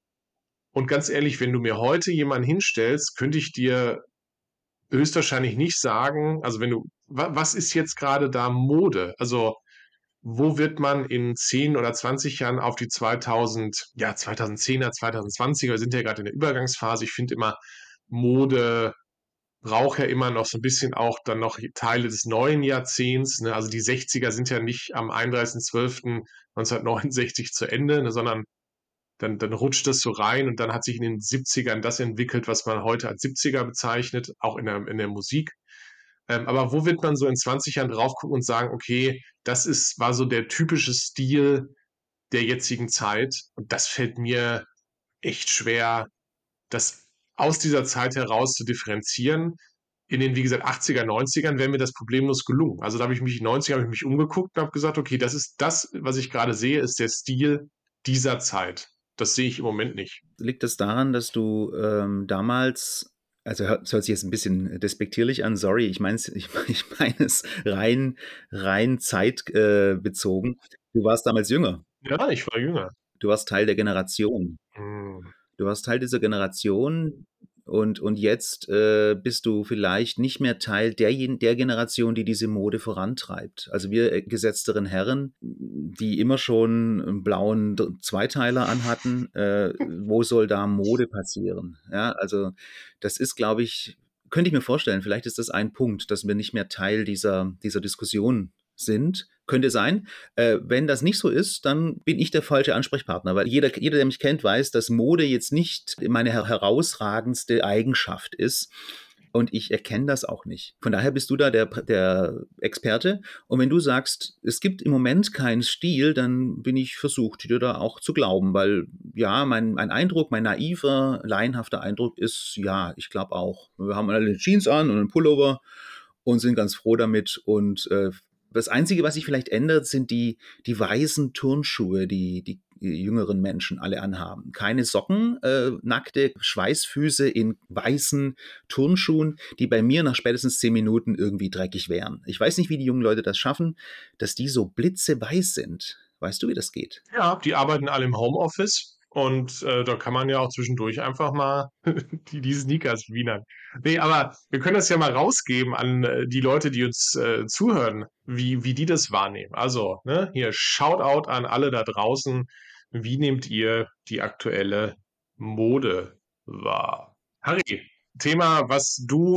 Und ganz ehrlich, wenn du mir heute jemanden hinstellst, könnte ich dir höchstwahrscheinlich nicht sagen, also wenn du, wa was ist jetzt gerade da Mode? Also, wo wird man in zehn oder zwanzig Jahren auf die zweitausend, ja, zweitausendzehner, zweitausendzwanziger, wir sind ja gerade in der Übergangsphase. Ich finde immer, Mode braucht ja immer noch so ein bisschen auch dann noch Teile des neuen Jahrzehnts, ne? Also, die sechziger sind ja nicht am einunddreißigsten zwölften neunzehnhundertneunundsechzig zu Ende, ne, sondern dann, dann rutscht das so rein und dann hat sich in den siebzigern das entwickelt, was man heute als siebziger bezeichnet, auch in der, in der Musik. Ähm, aber wo wird man so in zwanzig Jahren drauf gucken und sagen, okay, das ist, war so der typische Stil der jetzigen Zeit. Und das fällt mir echt schwer, das aus dieser Zeit heraus zu differenzieren. In den, wie gesagt, achtziger, neunzigern wäre mir das problemlos gelungen. Also da habe ich mich, neunziger habe ich mich umgeguckt und habe gesagt, okay, das ist das, was ich gerade sehe, ist der Stil dieser Zeit. Das sehe ich im Moment nicht. Liegt das daran, dass du ähm, damals, also es hört sich jetzt ein bisschen despektierlich an, sorry, ich meine ich, ich mein es rein, rein zeitbezogen. Äh, bezogen. Du warst damals jünger. Ja, ich war jünger. Du warst Teil der Generation. Hm. Du warst Teil dieser Generation und, und jetzt äh, bist du vielleicht nicht mehr Teil der, der Generation, die diese Mode vorantreibt. Also wir äh, gesetzteren Herren, die immer schon einen blauen Zweiteiler anhatten, äh, wo soll da Mode passieren? Ja, also das ist, glaube ich, könnte ich mir vorstellen, vielleicht ist das ein Punkt, dass wir nicht mehr Teil dieser, dieser Diskussion sind. Könnte sein. Äh, wenn das nicht so ist, dann bin ich der falsche Ansprechpartner, weil jeder, jeder, der mich kennt, weiß, dass Mode jetzt nicht meine herausragendste Eigenschaft ist. Und ich erkenne das auch nicht. Von daher bist du da der, der Experte. Und wenn du sagst, es gibt im Moment keinen Stil, dann bin ich versucht, dir da auch zu glauben. Weil ja, mein, mein Eindruck, mein naiver, laienhafter Eindruck ist, ja, ich glaube auch. Wir haben alle Jeans an und einen Pullover und sind ganz froh damit. Und äh, das Einzige, was sich vielleicht ändert, sind die, die weißen Turnschuhe, die die jüngeren Menschen alle anhaben. Keine Socken, äh, nackte Schweißfüße in weißen Turnschuhen, die bei mir nach spätestens zehn Minuten irgendwie dreckig wären. Ich weiß nicht, wie die jungen Leute das schaffen, dass die so blitzeweiß sind. Weißt du, wie das geht? Ja, die arbeiten alle im Homeoffice und äh, da kann man ja auch zwischendurch einfach mal die, die Sneakers wienern. Nee, aber wir können das ja mal rausgeben an äh, die Leute, die uns äh, zuhören, wie, wie die das wahrnehmen. Also, ne, hier Shoutout an alle da draußen. Wie nehmt ihr die aktuelle Mode wahr? Harry, Thema, was du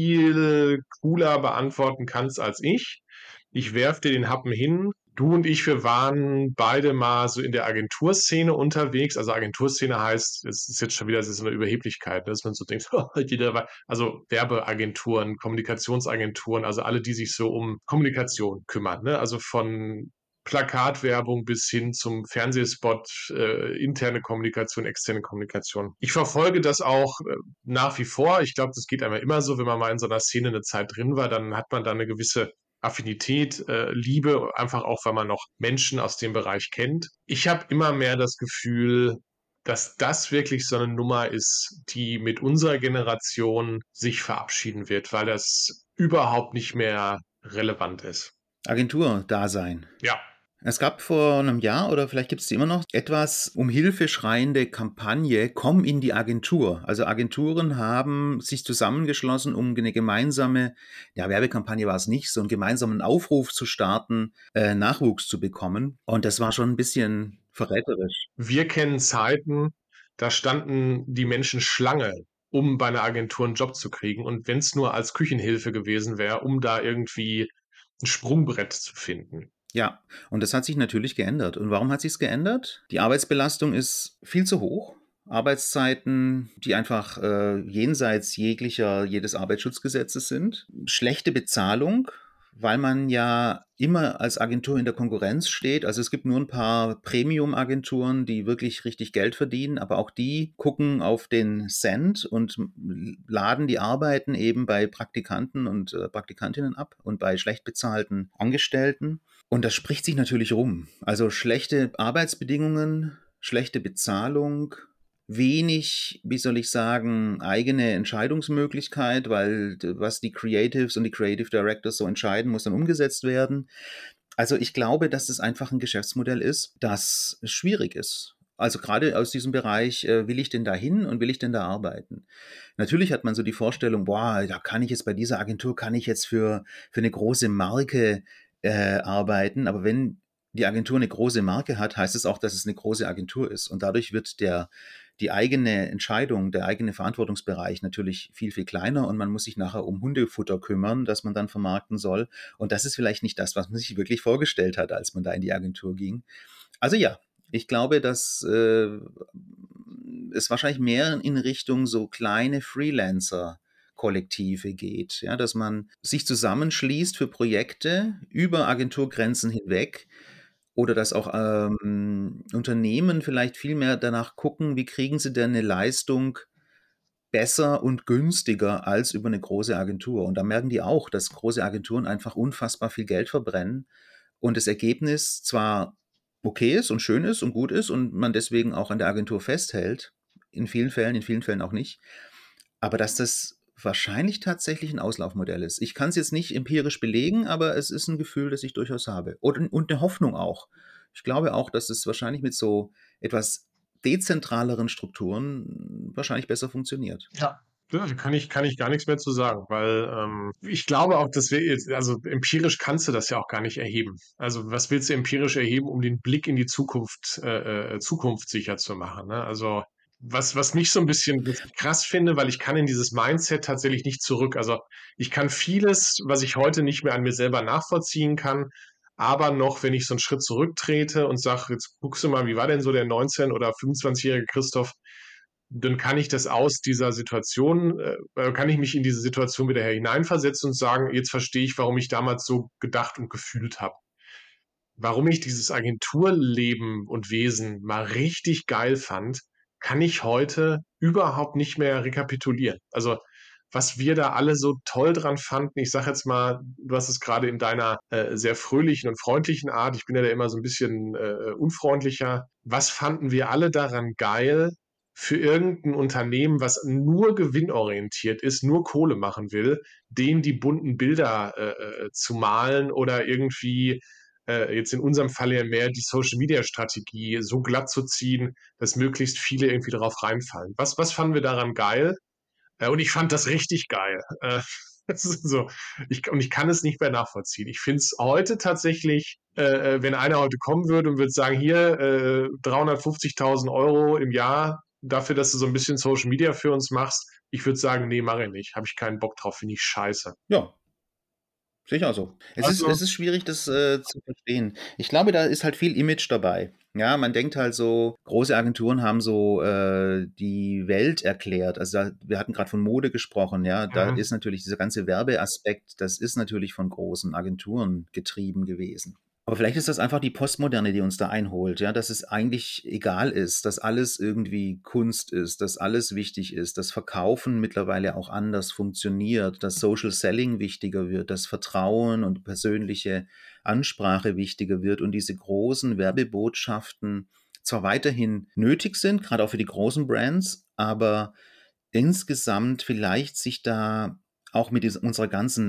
viel cooler beantworten kannst als ich. Ich werf dir den Happen hin. Du und ich, wir waren beide mal so in der Agenturszene unterwegs. Also Agenturszene heißt, es ist jetzt schon wieder, es ist eine Überheblichkeit, ne, dass man so denkt, jeder, also Werbeagenturen, Kommunikationsagenturen, also alle, die sich so um Kommunikation kümmern, ne? Also von Plakatwerbung bis hin zum Fernsehspot, äh, interne Kommunikation, externe Kommunikation. Ich verfolge das auch äh, nach wie vor. Ich glaube, das geht einem immer so, wenn man mal in so einer Szene eine Zeit drin war, dann hat man da eine gewisse Affinität, äh, Liebe, einfach auch, weil man noch Menschen aus dem Bereich kennt. Ich habe immer mehr das Gefühl, dass das wirklich so eine Nummer ist, die mit unserer Generation sich verabschieden wird, weil das überhaupt nicht mehr relevant ist. Agentur-Dasein. Ja. Es gab vor einem Jahr oder vielleicht gibt es die immer noch etwas um Hilfe schreiende Kampagne, komm in die Agentur. Also Agenturen haben sich zusammengeschlossen, um eine gemeinsame, ja Werbekampagne war es nicht, so einen gemeinsamen Aufruf zu starten, äh, Nachwuchs zu bekommen. Und das war schon ein bisschen verräterisch. Wir kennen Zeiten, da standen die Menschen Schlange, um bei einer Agentur einen Job zu kriegen. Und wenn es nur als Küchenhilfe gewesen wäre, um da irgendwie ein Sprungbrett zu finden. Ja, und das hat sich natürlich geändert. Und warum hat sich es geändert? Die Arbeitsbelastung ist viel zu hoch. Arbeitszeiten, die einfach äh, jenseits jeglicher, jedes Arbeitsschutzgesetzes sind. Schlechte Bezahlung, weil man ja immer als Agentur in der Konkurrenz steht. Also es gibt nur ein paar Premium-Agenturen, die wirklich richtig Geld verdienen, aber auch die gucken auf den Cent und laden die Arbeiten eben bei Praktikanten und äh, Praktikantinnen ab und bei schlecht bezahlten Angestellten. Und das spricht sich natürlich rum. Also schlechte Arbeitsbedingungen, schlechte Bezahlung, wenig, wie soll ich sagen, eigene Entscheidungsmöglichkeit, weil was die Creatives und die Creative Directors so entscheiden, muss dann umgesetzt werden. Also ich glaube, dass es einfach ein Geschäftsmodell ist, das schwierig ist. Also gerade aus diesem Bereich, äh, will ich denn da hin und will ich denn da arbeiten? Natürlich hat man so die Vorstellung, boah, da kann ich jetzt bei dieser Agentur, kann ich jetzt für, für eine große Marke äh, arbeiten, aber wenn die Agentur eine große Marke hat, heißt es auch, dass es eine große Agentur ist. Und dadurch wird der, die eigene Entscheidung, der eigene Verantwortungsbereich natürlich viel, viel kleiner und man muss sich nachher um Hundefutter kümmern, das man dann vermarkten soll. Und das ist vielleicht nicht das, was man sich wirklich vorgestellt hat, als man da in die Agentur ging. Also ja, Ich glaube, dass äh, es wahrscheinlich mehr in Richtung so kleine Freelancer-Kollektive geht, ja, dass man sich zusammenschließt für Projekte über Agenturgrenzen hinweg oder dass auch ähm, Unternehmen vielleicht viel mehr danach gucken, wie kriegen sie denn eine Leistung besser und günstiger als über eine große Agentur. Und da merken die auch, dass große Agenturen einfach unfassbar viel Geld verbrennen und das Ergebnis zwar okay ist und schön ist und gut ist und man deswegen auch an der Agentur festhält, in vielen Fällen, in vielen Fällen auch nicht, aber dass das wahrscheinlich tatsächlich ein Auslaufmodell ist. Ich kann es jetzt nicht empirisch belegen, aber es ist ein Gefühl, das ich durchaus habe. Und, und eine Hoffnung auch. Ich glaube auch, dass es wahrscheinlich mit so etwas dezentraleren Strukturen wahrscheinlich besser funktioniert. Ja. Ja, da kann ich, kann ich gar nichts mehr zu sagen, weil ähm, ich glaube auch, dass wir jetzt, also empirisch kannst du das ja auch gar nicht erheben. Also was willst du empirisch erheben, um den Blick in die Zukunft, äh, äh, Zukunft sicher zu machen? Ne? Also was, was mich so ein bisschen krass finde, weil ich kann in dieses Mindset tatsächlich nicht zurück. Also ich kann vieles, was ich heute nicht mehr an mir selber nachvollziehen kann, aber noch, wenn ich so einen Schritt zurücktrete und sage, jetzt guckst du mal, wie war denn so der neunzehn- oder fünfundzwanzigjährige Christoph, dann kann ich das aus dieser Situation, äh, kann ich mich in diese Situation wieder hineinversetzen und sagen, jetzt verstehe ich, warum ich damals so gedacht und gefühlt habe. Warum ich dieses Agenturleben und Wesen mal richtig geil fand, kann ich heute überhaupt nicht mehr rekapitulieren. Also was wir da alle so toll dran fanden, ich sage jetzt mal, du hast es gerade in deiner äh, sehr fröhlichen und freundlichen Art, ich bin ja da immer so ein bisschen äh, unfreundlicher, was fanden wir alle daran geil, für irgendein Unternehmen, was nur gewinnorientiert ist, nur Kohle machen will, denen die bunten Bilder äh, äh, zu malen oder irgendwie äh, jetzt in unserem Fall ja mehr die Social-Media-Strategie so glatt zu ziehen, dass möglichst viele irgendwie darauf reinfallen. Was, was fanden wir daran geil? Äh, und ich fand das richtig geil. Äh, das ist so. Ich, und ich kann es nicht mehr nachvollziehen. Ich finde es heute tatsächlich, äh, äh, wenn einer heute kommen würde und würde sagen, hier äh, dreihundertfünfzigtausend Euro im Jahr dafür, dass du so ein bisschen Social Media für uns machst, ich würde sagen, nee, mache ich nicht. Habe ich keinen Bock drauf, finde ich scheiße. Ja, sicher so. Es ist, Also, es ist schwierig, das äh, zu verstehen. Ich glaube, da ist halt viel Image dabei. Ja, man denkt halt so, große Agenturen haben so äh, die Welt erklärt. Also da, wir hatten gerade von Mode gesprochen, ja. Da mhm. ist natürlich dieser ganze Werbeaspekt, das ist natürlich von großen Agenturen getrieben gewesen. Aber vielleicht ist das einfach die Postmoderne, die uns da einholt, ja, dass es eigentlich egal ist, dass alles irgendwie Kunst ist, dass alles wichtig ist, dass Verkaufen mittlerweile auch anders funktioniert, dass Social Selling wichtiger wird, dass Vertrauen und persönliche Ansprache wichtiger wird und diese großen Werbebotschaften zwar weiterhin nötig sind, gerade auch für die großen Brands, aber insgesamt vielleicht sich da auch mit dieser, unserer ganzen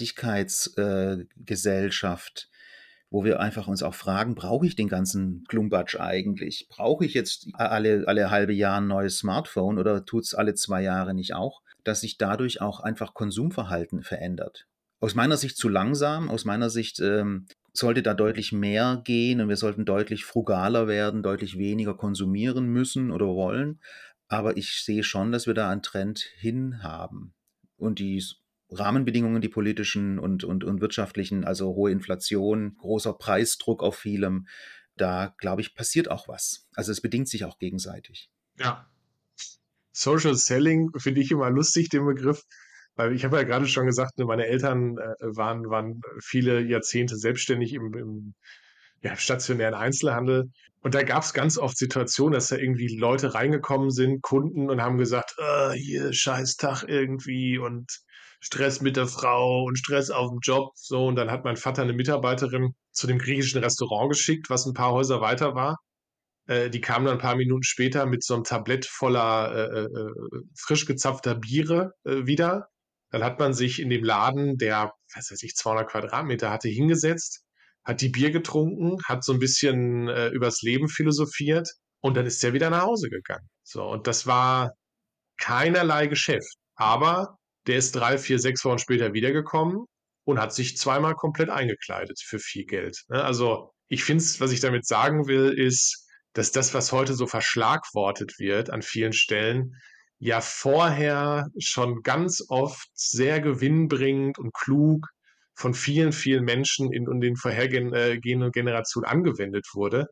Nachhaltigkeitsgesellschaft, wo wir einfach uns auch fragen, brauche ich den ganzen Klumpatsch eigentlich? Brauche ich jetzt alle, alle halbe Jahr ein neues Smartphone oder tut es alle zwei Jahre nicht auch? Dass sich dadurch auch einfach Konsumverhalten verändert. Aus meiner Sicht zu langsam, aus meiner Sicht ähm, sollte da deutlich mehr gehen und wir sollten deutlich frugaler werden, deutlich weniger konsumieren müssen oder wollen. Aber ich sehe schon, dass wir da einen Trend hin haben. Und die Rahmenbedingungen, die politischen und, und, und wirtschaftlichen, also hohe Inflation, großer Preisdruck auf vielem, da glaube ich, passiert auch was. Also es bedingt sich auch gegenseitig. Ja. Social Selling finde ich immer lustig, den Begriff, weil ich habe ja gerade schon gesagt, ne, meine Eltern äh, waren, waren viele Jahrzehnte selbstständig im, im ja, stationären Einzelhandel. Und da gab es ganz oft Situationen, dass da irgendwie Leute reingekommen sind, Kunden, und haben gesagt, äh, hier, scheiß Tag irgendwie und Stress mit der Frau und Stress auf dem Job. So, und dann hat mein Vater eine Mitarbeiterin zu dem griechischen Restaurant geschickt, was ein paar Häuser weiter war. Äh, die kam dann ein paar Minuten später mit so einem Tablett voller äh, äh, frisch gezapfter Biere äh, wieder. Dann hat man sich in dem Laden, der, was weiß ich, zweihundert Quadratmeter hatte, hingesetzt, hat die Bier getrunken, hat so ein bisschen äh, übers Leben philosophiert und dann ist er wieder nach Hause gegangen. So, und das war keinerlei Geschäft. Aber der ist drei, vier, sechs Wochen später wiedergekommen und hat sich zweimal komplett eingekleidet für viel Geld. Ne? Also ich finde es, was ich damit sagen will, ist, dass das, was heute so verschlagwortet wird an vielen Stellen, ja vorher schon ganz oft sehr gewinnbringend und klug von vielen, vielen Menschen in, in den vorhergehenden Generationen angewendet wurde.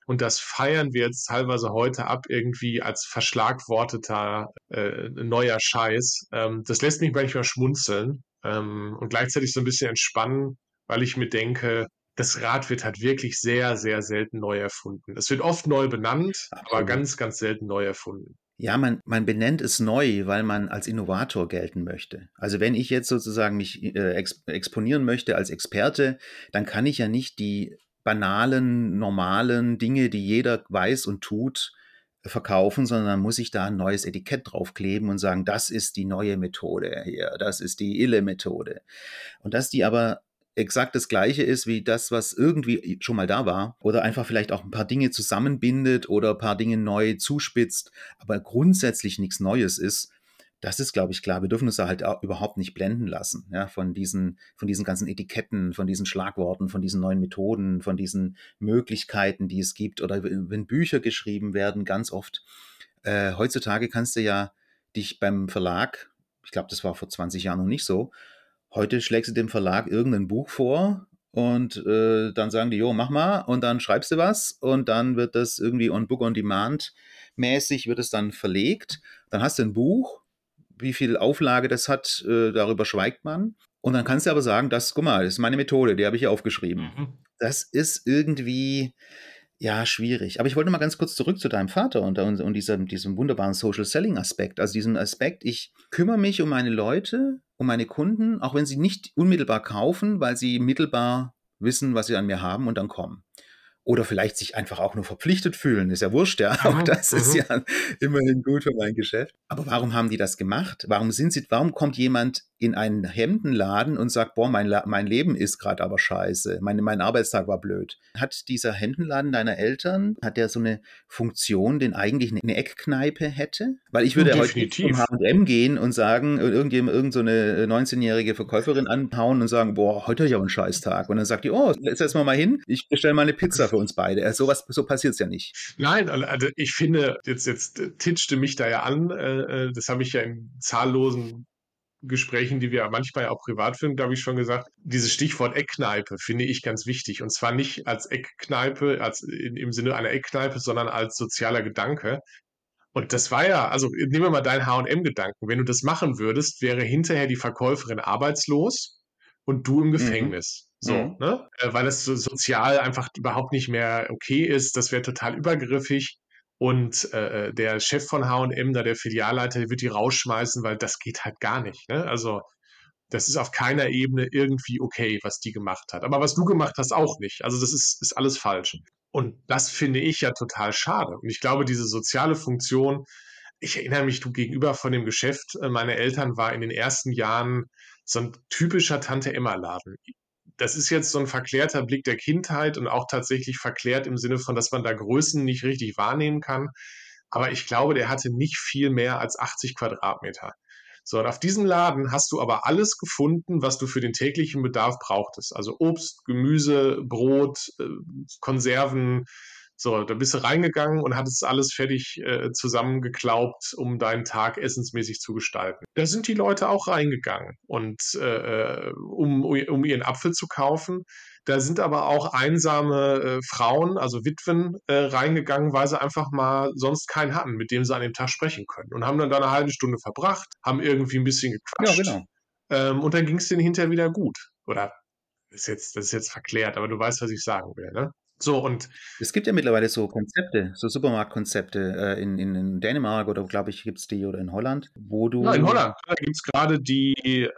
Und das feiern wir jetzt teilweise heute ab, irgendwie als verschlagworteter äh, neuer Scheiß. Ähm, das lässt mich manchmal schmunzeln ähm, und gleichzeitig so ein bisschen entspannen, weil ich mir denke, das Rad wird halt wirklich sehr, sehr selten neu erfunden. Es wird oft neu benannt, aber Absolut. ganz, ganz selten neu erfunden. Ja, man, man benennt es neu, weil man als Innovator gelten möchte. Also wenn ich jetzt sozusagen mich äh, ex exponieren möchte als Experte, dann kann ich ja nicht die banalen, normalen Dinge, die jeder weiß und tut, verkaufen, sondern dann muss ich da ein neues Etikett draufkleben und sagen, das ist die neue Methode hier, das ist die Ille-Methode. Und dass die aber exakt das Gleiche ist wie das, was irgendwie schon mal da war oder einfach vielleicht auch ein paar Dinge zusammenbindet oder ein paar Dinge neu zuspitzt, aber grundsätzlich nichts Neues ist, das ist, glaube ich, klar. Wir dürfen uns da halt auch überhaupt nicht blenden lassen, ja, von diesen, von diesen ganzen Etiketten, von diesen Schlagworten, von diesen neuen Methoden, von diesen Möglichkeiten, die es gibt oder wenn Bücher geschrieben werden, ganz oft. Äh, heutzutage kannst du ja dich beim Verlag, ich glaube, das war vor zwanzig Jahren noch nicht so, heute schlägst du dem Verlag irgendein Buch vor und äh, dann sagen die, jo, mach mal und dann schreibst du was und dann wird das irgendwie on Book on Demand mäßig wird es dann verlegt. Dann hast du ein Buch, wie viel Auflage das hat, äh, darüber schweigt man. Und dann kannst du aber sagen, das, guck mal, das ist meine Methode, die habe ich hier aufgeschrieben. Mhm. Das ist irgendwie, ja, schwierig. Aber ich wollte mal ganz kurz zurück zu deinem Vater und, und, und diesem, diesem wunderbaren Social Selling Aspekt. Also diesem Aspekt, ich kümmere mich um meine Leute, um meine Kunden, auch wenn sie nicht unmittelbar kaufen, weil sie mittelbar wissen, was sie an mir haben und dann kommen. Oder vielleicht sich einfach auch nur verpflichtet fühlen, ist ja wurscht, ja. Auch Mhm. das ist Mhm. ja immerhin gut für mein Geschäft. Aber warum haben die das gemacht? Warum sind sie, warum kommt jemand in einen Hemdenladen und sagt, boah, mein, La- mein Leben ist gerade aber scheiße, mein, mein Arbeitstag war blöd. Hat dieser Hemdenladen deiner Eltern, hat der so eine Funktion, den eigentlich eine Eckkneipe hätte? Weil ich würde ja heute nicht zum Definitiv. H und M gehen und sagen, irgendjemand, irgend so eine neunzehnjährige Verkäuferin anhauen und sagen, boah, heute habe ich aber einen Scheißtag. Und dann sagt die, oh, setzen wir mal hin, ich bestelle mal eine Pizza für uns beide. Also sowas, so passiert es ja nicht. Nein, also ich finde, jetzt, jetzt äh, titschte mich da ja an, äh, äh, das habe ich ja in zahllosen Gesprächen, die wir manchmal ja auch privat führen, glaube ich, schon gesagt. Dieses Stichwort Eckkneipe finde ich ganz wichtig. Und zwar nicht als Eckkneipe, als in, im Sinne einer Eckkneipe, sondern als sozialer Gedanke. Und das war ja, also nehmen wir mal deinen H und M-Gedanken. Wenn du das machen würdest, wäre hinterher die Verkäuferin arbeitslos und du im Mhm. Gefängnis. So, Mhm. ne? Äh, weil es so sozial einfach überhaupt nicht mehr okay ist. Das wäre total übergriffig. Und äh, äh, der Chef von H und M, da der Filialleiter, der wird die rausschmeißen, weil das geht halt gar nicht. Ne? Also das ist auf keiner Ebene irgendwie okay, was die gemacht hat. Aber was du gemacht hast, auch nicht. Also das ist, ist alles falsch. Und das finde ich ja total schade. Und ich glaube, diese soziale Funktion, ich erinnere mich, du gegenüber von dem Geschäft äh, meiner Eltern war in den ersten Jahren so ein typischer Tante-Emma-Laden. Das ist jetzt so ein verklärter Blick der Kindheit und auch tatsächlich verklärt im Sinne von, dass man da Größen nicht richtig wahrnehmen kann. Aber ich glaube, der hatte nicht viel mehr als achtzig Quadratmeter. So, und auf diesem Laden hast du aber alles gefunden, was du für den täglichen Bedarf brauchtest. Also Obst, Gemüse, Brot, äh, Konserven. So, da bist du reingegangen und hattest alles fertig äh, zusammengeklaubt, um deinen Tag essensmäßig zu gestalten. Da sind die Leute auch reingegangen und äh, um, um ihren Apfel zu kaufen. Da sind aber auch einsame äh, Frauen, also Witwen, äh, reingegangen, weil sie einfach mal sonst keinen hatten, mit dem sie an dem Tag sprechen können. Und haben dann da eine halbe Stunde verbracht, haben irgendwie ein bisschen Ja, gequatscht genau. ähm, und dann ging es denen hinterher wieder gut. Oder ist jetzt, das ist jetzt verklärt, aber du weißt, was ich sagen will, ne? So, und Es gibt ja mittlerweile so Konzepte, so Supermarktkonzepte äh, in, in, in Dänemark oder glaube ich gibt es die oder in Holland, wo ja, in du, Holland da gibt es gerade die,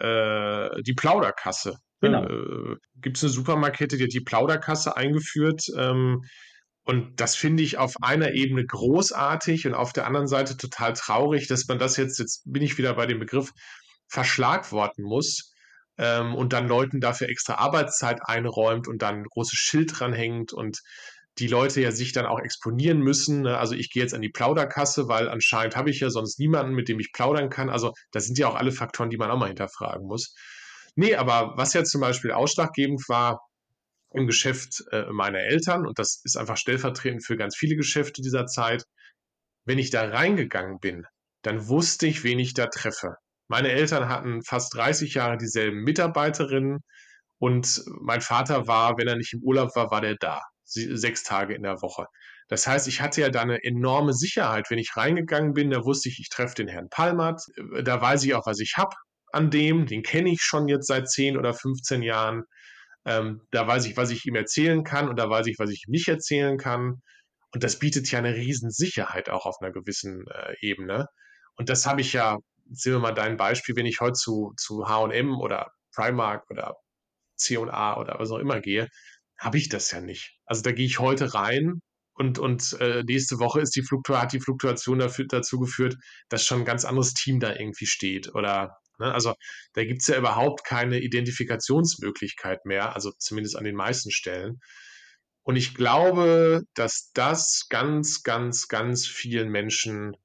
äh, die Plauderkasse. genau, Äh, gibt es eine Supermarktkette, die hat die Plauderkasse eingeführt. Ähm, und das finde ich auf einer Ebene großartig und auf der anderen Seite total traurig, dass man das jetzt, jetzt bin ich wieder bei dem Begriff, verschlagworten muss ähm, und dann Leuten dafür extra Arbeitszeit einräumt und dann ein großes Schild dranhängt und die Leute ja sich dann auch exponieren müssen. Ne? Also ich gehe jetzt an die Plauderkasse, weil anscheinend habe ich ja sonst niemanden, mit dem ich plaudern kann. Also das sind ja auch alle Faktoren, die man auch mal hinterfragen muss. Nee, aber was ja zum Beispiel ausschlaggebend war im Geschäft äh, meiner Eltern, und das ist einfach stellvertretend für ganz viele Geschäfte dieser Zeit, wenn ich da reingegangen bin, dann wusste ich, wen ich da treffe. Meine Eltern hatten fast dreißig Jahre dieselben Mitarbeiterinnen und mein Vater war, wenn er nicht im Urlaub war, war der da. sie- sechs Tage in der Woche. Das heißt, ich hatte ja da eine enorme Sicherheit. Wenn ich reingegangen bin, da wusste ich, ich treffe den Herrn Palmert, äh, da weiß ich auch, was ich habe an dem, den kenne ich schon jetzt seit zehn oder fünfzehn Jahren. Ähm, da weiß ich, was ich ihm erzählen kann und da weiß ich, was ich ihm nicht erzählen kann. Und das bietet ja eine Riesensicherheit auch auf einer gewissen äh, Ebene. Und das habe ich ja, sehen wir mal dein Beispiel, wenn ich heute zu, zu H und M oder Primark oder C und A oder was auch immer gehe, habe ich das ja nicht. Also da gehe ich heute rein und, und äh, nächste Woche ist die Fluktu hat die Fluktuation dafür, dazu geführt, dass schon ein ganz anderes Team da irgendwie steht. Oder ne, also da gibt es ja überhaupt keine Identifikationsmöglichkeit mehr, also zumindest an den meisten Stellen. Und ich glaube, dass das ganz, ganz, ganz vielen Menschen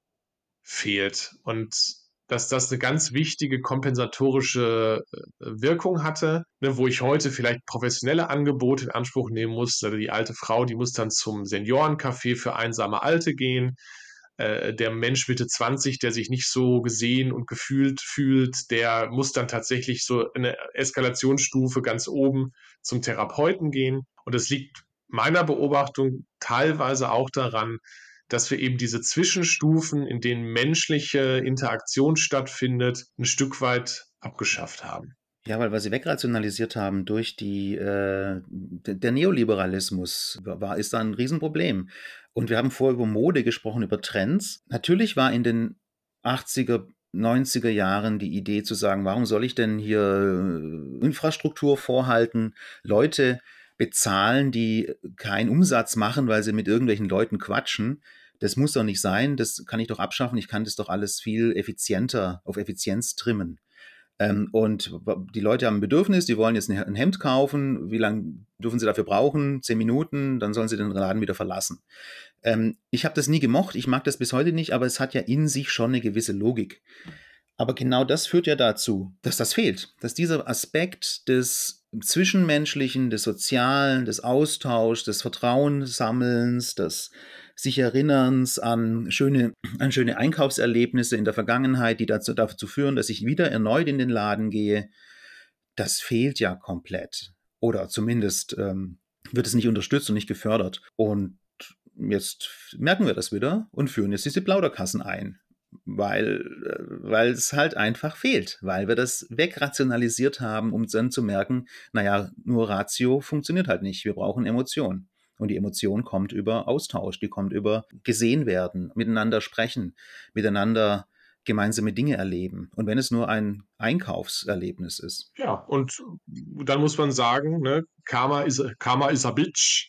fehlt und dass das eine ganz wichtige kompensatorische äh, Wirkung hatte, ne, wo ich heute vielleicht professionelle Angebote in Anspruch nehmen muss. Also die alte Frau, die muss dann zum Seniorencafé für einsame Alte gehen. Äh, der Mensch Mitte zwanzig, der sich nicht so gesehen und gefühlt fühlt, der muss dann tatsächlich so eine Eskalationsstufe ganz oben zum Therapeuten gehen. Und es liegt meiner Beobachtung teilweise auch daran, dass wir eben diese Zwischenstufen, in denen menschliche Interaktion stattfindet, ein Stück weit abgeschafft haben. Ja, weil wir sie wegrationalisiert haben durch die, äh, d- der Neoliberalismus war, ist da ein Riesenproblem. Und wir haben vorher über Mode gesprochen, über Trends. Natürlich war in den achtziger, neunziger Jahren die Idee zu sagen, warum soll ich denn hier äh, Infrastruktur vorhalten, Leute bezahlen, die keinen Umsatz machen, weil sie mit irgendwelchen Leuten quatschen. Das muss doch nicht sein, das kann ich doch abschaffen, ich kann das doch alles viel effizienter auf Effizienz trimmen. Ähm, und die Leute haben ein Bedürfnis, die wollen jetzt ein Hemd kaufen. Wie lange dürfen sie dafür brauchen? Zehn Minuten, dann sollen sie den Laden wieder verlassen. Ähm, ich habe das nie gemocht, ich mag das bis heute nicht, aber es hat ja in sich schon eine gewisse Logik. Aber genau das führt ja dazu, dass das fehlt, dass dieser Aspekt des Zwischenmenschlichen, des Sozialen, des Austauschs, des Vertrauenssammelns, des sich Erinnerns an schöne, an schöne Einkaufserlebnisse in der Vergangenheit, die dazu, dazu führen, dass ich wieder erneut in den Laden gehe, das fehlt ja komplett. Oder zumindest ähm, wird es nicht unterstützt und nicht gefördert. Und jetzt merken wir das wieder und führen jetzt diese Plauderkassen ein, weil, äh, weil es halt einfach fehlt, weil wir das wegrationalisiert haben, um dann zu merken, naja, nur Ratio funktioniert halt nicht, wir brauchen Emotion. Und die Emotion kommt über Austausch, die kommt über gesehen werden, miteinander sprechen, miteinander gemeinsame Dinge erleben. Und wenn es nur ein Einkaufserlebnis ist. Ja, und dann muss man sagen, ne, Karma is a, Karma is a bitch.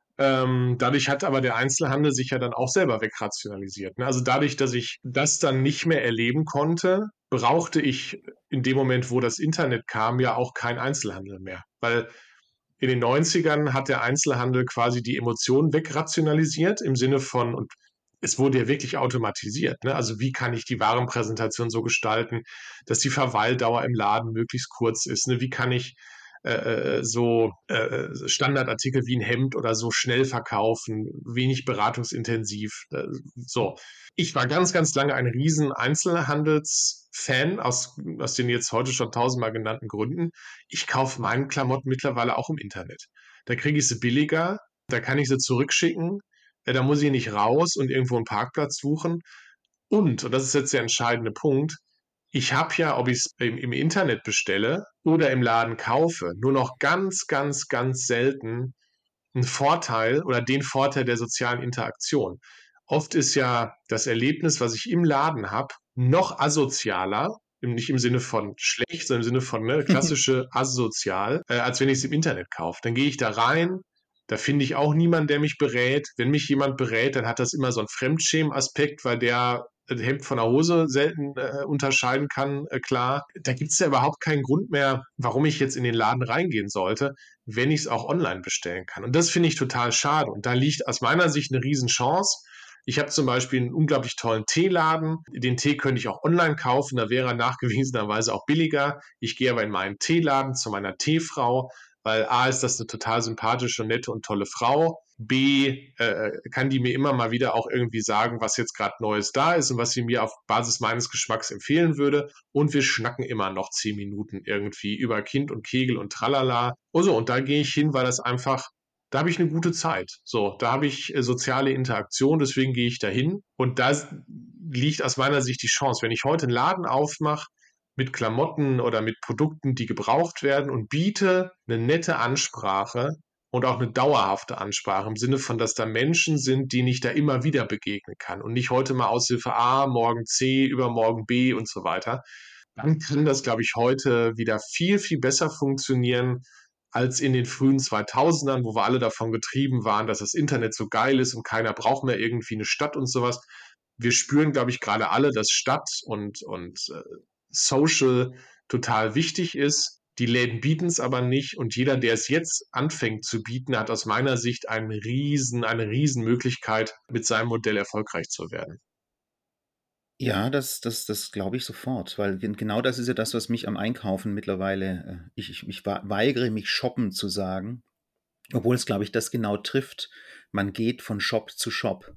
Ähm, dadurch hat aber der Einzelhandel sich ja dann auch selber wegrationalisiert. Ne? Also dadurch, dass ich das dann nicht mehr erleben konnte, brauchte ich in dem Moment, wo das Internet kam, ja auch kein Einzelhandel mehr. Weil in den Neunzigern hat der Einzelhandel quasi die Emotionen wegrationalisiert im Sinne von, und es wurde ja wirklich automatisiert. Ne? Also wie kann ich die Warenpräsentation so gestalten, dass die Verweildauer im Laden möglichst kurz ist? Ne? Wie kann ich äh, so äh, Standardartikel wie ein Hemd oder so schnell verkaufen, wenig beratungsintensiv. Äh, so. Ich war ganz, ganz lange ein riesen Einzelhandelsfan aus, aus den jetzt heute schon tausendmal genannten Gründen. Ich kaufe meine Klamotten mittlerweile auch im Internet. Da kriege ich sie billiger, da kann ich sie zurückschicken, äh, da muss ich nicht raus und irgendwo einen Parkplatz suchen. Und, und das ist jetzt der entscheidende Punkt, ich habe ja, ob ich es im, im Internet bestelle oder im Laden kaufe, nur noch ganz, ganz, ganz selten einen Vorteil oder den Vorteil der sozialen Interaktion. Oft ist ja das Erlebnis, was ich im Laden habe, noch asozialer, nicht im Sinne von schlecht, sondern im Sinne von ne, klassische asozial, äh, als wenn ich es im Internet kaufe. Dann gehe ich da rein, da finde ich auch niemanden, der mich berät. Wenn mich jemand berät, dann hat das immer so einen Fremdschämen-Aspekt, weil der das Hemd von der Hose selten äh, unterscheiden kann, äh, klar. Da gibt es ja überhaupt keinen Grund mehr, warum ich jetzt in den Laden reingehen sollte, wenn ich es auch online bestellen kann. Und das finde ich total schade. Und da liegt aus meiner Sicht eine Riesenchance. Ich habe zum Beispiel einen unglaublich tollen Teeladen. Den Tee könnte ich auch online kaufen, da wäre er nachgewiesenerweise auch billiger. Ich gehe aber in meinen Teeladen zu meiner Teefrau, weil A ist das eine total sympathische, nette und tolle Frau. B äh, kann die mir immer mal wieder auch irgendwie sagen, was jetzt gerade Neues da ist und was sie mir auf Basis meines Geschmacks empfehlen würde. Und wir schnacken immer noch zehn Minuten irgendwie über Kind und Kegel und Tralala. Und so, und da gehe ich hin, weil das einfach da habe ich eine gute Zeit. So, da habe ich äh, soziale Interaktion, deswegen gehe ich dahin. Und da s- liegt aus meiner Sicht die Chance. Wenn ich heute einen Laden aufmache mit Klamotten oder mit Produkten, die gebraucht werden und biete eine nette Ansprache und auch eine dauerhafte Ansprache im Sinne von, dass da Menschen sind, denen ich da immer wieder begegnen kann und nicht heute mal Aushilfe A, morgen C, übermorgen B und so weiter, dann kann das, glaube ich, heute wieder viel, viel besser funktionieren als in den frühen zweitausendern, wo wir alle davon getrieben waren, dass das Internet so geil ist und keiner braucht mehr irgendwie eine Stadt und sowas. Wir spüren, glaube ich, gerade alle, dass Stadt und, und äh, Social total wichtig ist. Die Läden bieten es aber nicht und jeder, der es jetzt anfängt zu bieten, hat aus meiner Sicht einen riesen, eine riesen Möglichkeit, mit seinem Modell erfolgreich zu werden. Ja, das das das glaube ich sofort, weil gen genau das ist ja das, was mich am Einkaufen mittlerweile äh, ich ich ich wa weigere mich, shoppen zu sagen, obwohl es, glaube ich, das genau trifft. Man geht von Shop zu Shop.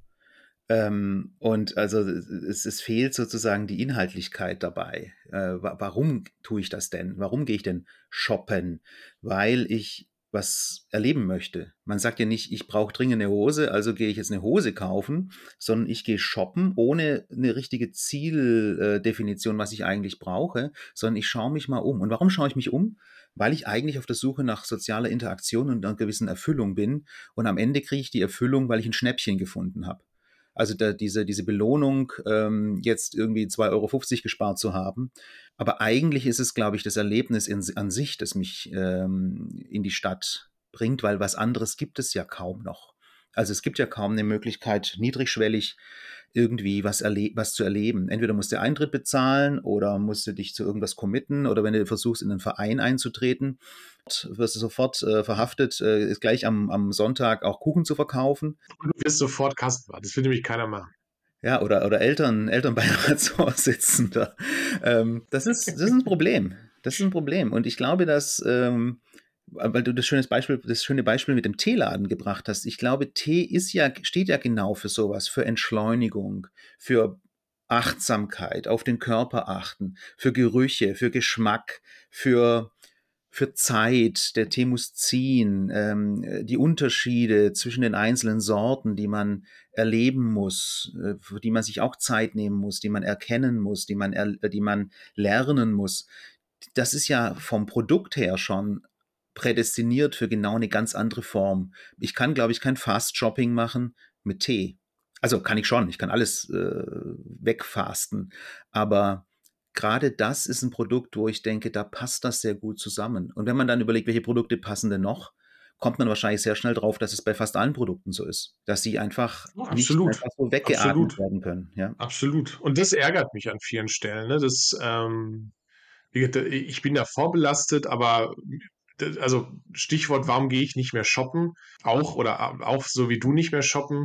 Ähm, und also es, es fehlt sozusagen die Inhaltlichkeit dabei. Äh, wa warum tue ich das denn? Warum gehe ich denn shoppen? Weil ich was erleben möchte. Man sagt ja nicht, ich brauche dringend eine Hose, also gehe ich jetzt eine Hose kaufen, sondern ich gehe shoppen ohne eine richtige Zieldefinition, was ich eigentlich brauche, sondern ich schaue mich mal um. Und warum schaue ich mich um? Weil ich eigentlich auf der Suche nach sozialer Interaktion und einer gewissen Erfüllung bin. Und am Ende kriege ich die Erfüllung, weil ich ein Schnäppchen gefunden habe. Also da, diese, diese Belohnung, ähm, jetzt irgendwie zwei Euro fünfzig gespart zu haben. Aber eigentlich ist es, glaube ich, das Erlebnis in, an sich, das mich ähm, in die Stadt bringt, weil was anderes gibt es ja kaum noch. Also es gibt ja kaum eine Möglichkeit, niedrigschwellig irgendwie was, erle was zu erleben. Entweder musst du Eintritt bezahlen oder musst du dich zu irgendwas committen oder wenn du versuchst, in einen Verein einzutreten, wirst du sofort äh, verhaftet, äh, ist gleich am, am Sonntag auch Kuchen zu verkaufen. Und du wirst sofort Kassenwart. Das will nämlich keiner machen. Ja, oder, oder Eltern, Elternbeiratsvorsitzender. Ähm, das ist, das ist ein Problem. Das ist ein Problem. Und ich glaube, dass, ähm, weil du das schöne Beispiel, das schöne Beispiel mit dem Teeladen gebracht hast. Ich glaube, Tee ist ja, steht ja genau für sowas, für Entschleunigung, für Achtsamkeit, auf den Körper achten, für Gerüche, für Geschmack, für, für Zeit. Der Tee muss ziehen, ähm, die Unterschiede zwischen den einzelnen Sorten, die man erleben muss, äh, für die man sich auch Zeit nehmen muss, die man erkennen muss, die man, er, die man lernen muss. Das ist ja vom Produkt her schon prädestiniert für genau eine ganz andere Form. Ich kann, glaube ich, kein Fast-Shopping machen mit Tee. Also kann ich schon, ich kann alles äh, wegfasten, aber gerade das ist ein Produkt, wo ich denke, da passt das sehr gut zusammen. Und wenn man dann überlegt, welche Produkte passen denn noch, kommt man wahrscheinlich sehr schnell drauf, dass es bei fast allen Produkten so ist, dass sie einfach Ja, nicht absolut. einfach so weggeatmet Absolut. werden können. Ja, Absolut. Und das ärgert mich an vielen Stellen. Ne? Das, ähm, wie gesagt, ich bin da vorbelastet, aber d- also Stichwort, warum gehe ich nicht mehr shoppen? Auch oder auch so wie du nicht mehr shoppen.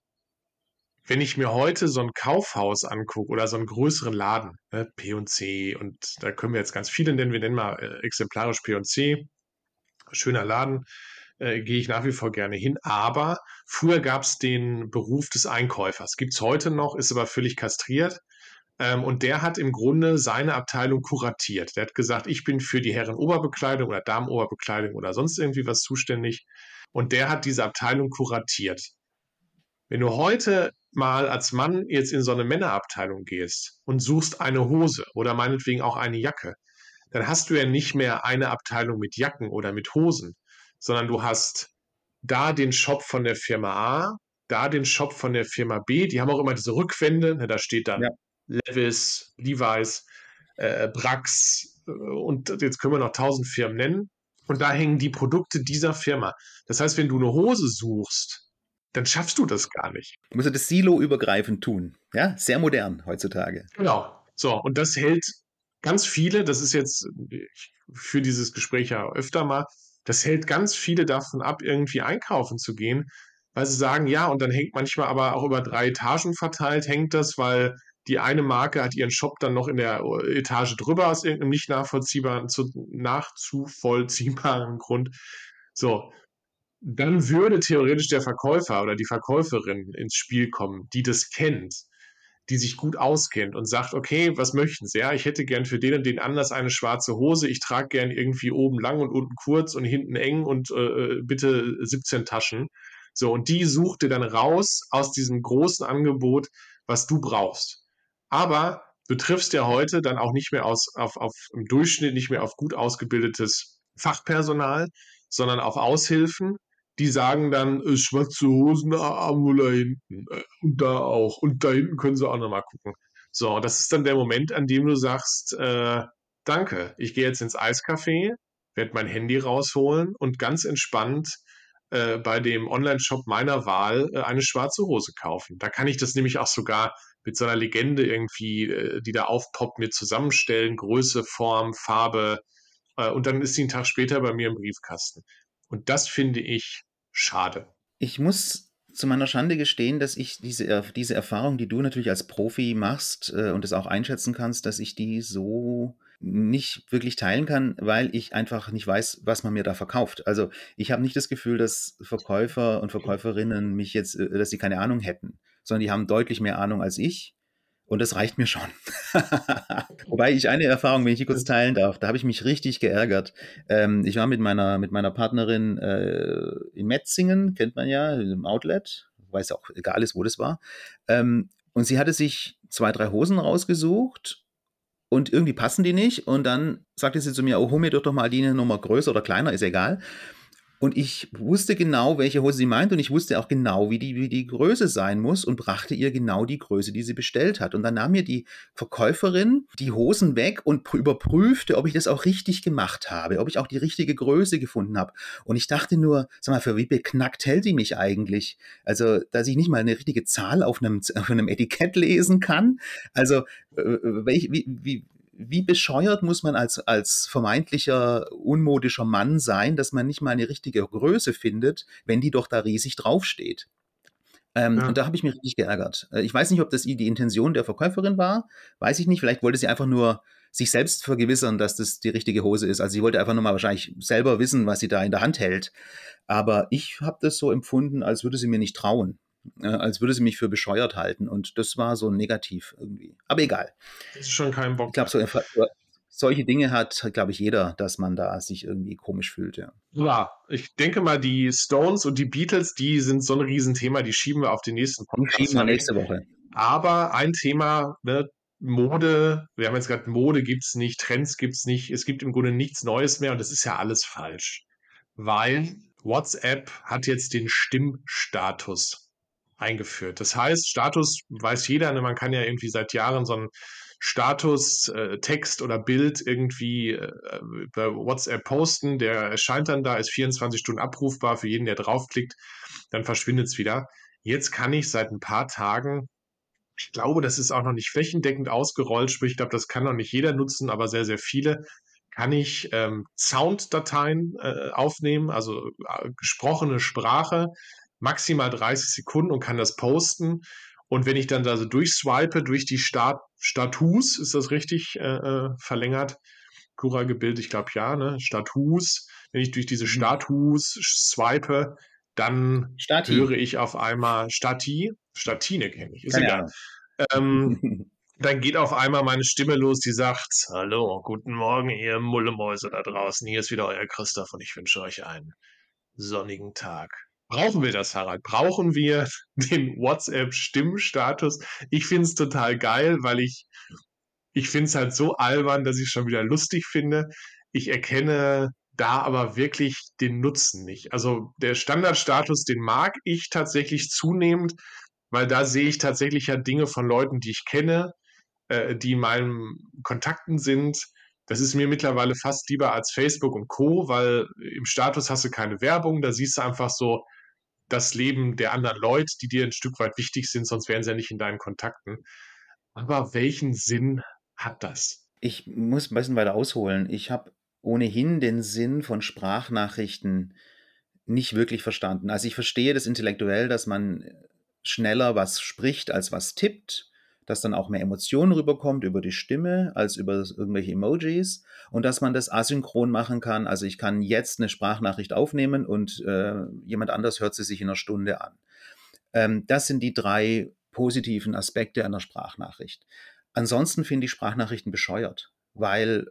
Wenn ich mir heute so ein Kaufhaus angucke oder so einen größeren Laden, ne, P und C, und da können wir jetzt ganz viele nennen, wir nennen mal äh, exemplarisch P und C, schöner Laden, äh, gehe ich nach wie vor gerne hin. Aber früher gab es den Beruf des Einkäufers. Gibt es heute noch, ist aber völlig kastriert. Ähm, und der hat im Grunde seine Abteilung kuratiert. Der hat gesagt, ich bin für die Herren-Oberbekleidung oder Damen-Oberbekleidung oder sonst irgendwie was zuständig. Und der hat diese Abteilung kuratiert. Wenn du heute mal als Mann jetzt in so eine Männerabteilung gehst und suchst eine Hose oder meinetwegen auch eine Jacke, dann hast du ja nicht mehr eine Abteilung mit Jacken oder mit Hosen, sondern du hast da den Shop von der Firma A, da den Shop von der Firma B. Die haben auch immer diese Rückwände. Ne, da steht dann ja. Levi's, Levi's, äh, Brax äh, und jetzt können wir noch tausend Firmen nennen. Und da hängen die Produkte dieser Firma. Das heißt, wenn du eine Hose suchst, dann schaffst du das gar nicht. Du musst ja das Silo übergreifend tun. Ja, sehr modern heutzutage. Genau. So, und das hält ganz viele, das ist jetzt für dieses Gespräch ja öfter mal, das hält ganz viele davon ab, irgendwie einkaufen zu gehen, weil sie sagen, ja, und dann hängt manchmal aber auch über drei Etagen verteilt, hängt das, weil die eine Marke hat ihren Shop dann noch in der Etage drüber aus irgendeinem nicht nachvollziehbaren, zu, nachzuvollziehbaren Grund. So, dann würde theoretisch der Verkäufer oder die Verkäuferin ins Spiel kommen, die das kennt, die sich gut auskennt und sagt, okay, was möchten Sie? Ja, ich hätte gern für den und den Anlass eine schwarze Hose, ich trage gern irgendwie oben lang und unten kurz und hinten eng und äh, bitte siebzehn Taschen. So, und die sucht dir dann raus aus diesem großen Angebot, was du brauchst. Aber du triffst ja heute dann auch nicht mehr aus, auf, auf, im Durchschnitt nicht mehr auf gut ausgebildetes Fachpersonal, sondern auf Aushilfen, die sagen dann, äh, schwarze Hosen, ah, irgendwo da hinten, äh, und da auch, und da hinten können sie auch nochmal gucken. So, das ist dann der Moment, an dem du sagst, äh, danke, ich gehe jetzt ins Eiscafé, werde mein Handy rausholen und ganz entspannt äh, bei dem Online-Shop meiner Wahl äh, eine schwarze Hose kaufen. Da kann ich das nämlich auch sogar mit so einer Legende irgendwie, äh, die da aufpoppt, mir zusammenstellen, Größe, Form, Farbe, äh, und dann ist sie einen Tag später bei mir im Briefkasten. Und das finde ich schade. Ich muss zu meiner Schande gestehen, dass ich diese, Er- diese Erfahrung, die du natürlich als Profi machst äh, und es auch einschätzen kannst, dass ich die so nicht wirklich teilen kann, weil ich einfach nicht weiß, was man mir da verkauft. Also ich habe nicht das Gefühl, dass Verkäufer und Verkäuferinnen mich jetzt, äh, dass sie keine Ahnung hätten, sondern die haben deutlich mehr Ahnung als ich. Und das reicht mir schon. Wobei ich eine Erfahrung, wenn ich die kurz teilen darf, da habe ich mich richtig geärgert. Ähm, ich war mit meiner, mit meiner Partnerin äh, in Metzingen, kennt man ja, im Outlet, weiß ja auch egal ist, wo das war. Ähm, und sie hatte sich zwei, drei Hosen rausgesucht und irgendwie passen die nicht. Und dann sagte sie zu mir, oh, hol mir doch doch mal die eine Nummer größer oder kleiner, ist egal. Und ich wusste genau, welche Hose sie meint und ich wusste auch genau, wie die, wie die Größe sein muss und brachte ihr genau die Größe, die sie bestellt hat. Und dann nahm mir die Verkäuferin die Hosen weg und pr- überprüfte, ob ich das auch richtig gemacht habe, ob ich auch die richtige Größe gefunden habe. Und ich dachte nur, sag mal, für wie beknackt hält sie mich eigentlich? Also, dass ich nicht mal eine richtige Zahl auf einem, auf einem Etikett lesen kann. Also, äh, welch, wie, wie, wie bescheuert muss man als, als vermeintlicher unmodischer Mann sein, dass man nicht mal eine richtige Größe findet, wenn die doch da riesig draufsteht. Ähm, und Ja. da habe ich mich richtig geärgert. Äh, Ich weiß nicht, ob das die Intention der Verkäuferin war, weiß ich nicht. Vielleicht wollte sie einfach nur sich selbst vergewissern, dass das die richtige Hose ist. Also sie wollte einfach nur mal wahrscheinlich selber wissen, was sie da in der Hand hält. Aber ich habe das so empfunden, als würde sie mir nicht trauen. Äh, als würde sie mich für bescheuert halten. Und das war so negativ irgendwie. Aber egal. Das ist schon kein Ich Bock glaube, mehr. so solche Dinge hat, glaube ich, jeder, dass man da sich irgendwie komisch fühlt, ja. Ja, ich denke mal, die Stones und die Beatles, die sind so ein Riesenthema, die schieben wir auf den nächsten Die Podcast, schieben wir Harry. nächste Woche. Aber ein Thema, ne, Mode, wir haben jetzt gerade Mode gibt's nicht, Trends gibt's nicht, es gibt im Grunde nichts Neues mehr und das ist ja alles falsch. Weil WhatsApp hat jetzt den Stimmstatus eingeführt. Das heißt, Status weiß jeder, ne, man kann ja irgendwie seit Jahren so einen Status, äh, Text oder Bild irgendwie äh, bei WhatsApp posten, der erscheint dann da, ist vierundzwanzig Stunden abrufbar für jeden, der draufklickt, dann verschwindet es wieder. Jetzt kann ich seit ein paar Tagen, ich glaube, das ist auch noch nicht flächendeckend ausgerollt, sprich, ich glaube, das kann noch nicht jeder nutzen, aber sehr, sehr viele, kann ich ähm, Sounddateien äh, aufnehmen, also äh, gesprochene Sprache, maximal dreißig Sekunden und kann das posten. Und wenn ich dann da so durchswipe, durch die Stat Status, ist das richtig äh, äh, verlängert? Cura-Gebild, ich glaube ja, ne? Status, wenn ich durch diese Mhm. Status swipe, dann höre Stati, ich auf einmal Stati, Statine kenne ich, ist keine egal. Ahnung. Ähm, dann geht auf einmal meine Stimme los, die sagt, hallo, guten Morgen, ihr Mullemäuse da draußen. Hier ist wieder euer Christoph und ich wünsche euch einen sonnigen Tag. Brauchen wir das, Harald? Brauchen wir den WhatsApp-Stimmstatus? Ich finde es total geil, weil ich, ich finde es halt so albern, dass ich es schon wieder lustig finde. Ich erkenne da aber wirklich den Nutzen nicht. Also der Standardstatus, den mag ich tatsächlich zunehmend, weil da sehe ich tatsächlich ja Dinge von Leuten, die ich kenne, äh, die in meinen Kontakten sind. Das ist mir mittlerweile fast lieber als Facebook und Co., weil im Status hast du keine Werbung, da siehst du einfach so das Leben der anderen Leute, die dir ein Stück weit wichtig sind, sonst wären sie ja nicht in deinen Kontakten. Aber welchen Sinn hat das? Ich muss ein bisschen weiter ausholen. Ich habe ohnehin den Sinn von Sprachnachrichten nicht wirklich verstanden. Also ich verstehe das intellektuell, dass man schneller was spricht als was tippt, dass dann auch mehr Emotionen rüberkommt über die Stimme als über irgendwelche Emojis und dass man das asynchron machen kann. Also ich kann jetzt eine Sprachnachricht aufnehmen und äh, jemand anders hört sie sich in einer Stunde an. Ähm, das sind die drei positiven Aspekte einer Sprachnachricht. Ansonsten finde ich Sprachnachrichten bescheuert, weil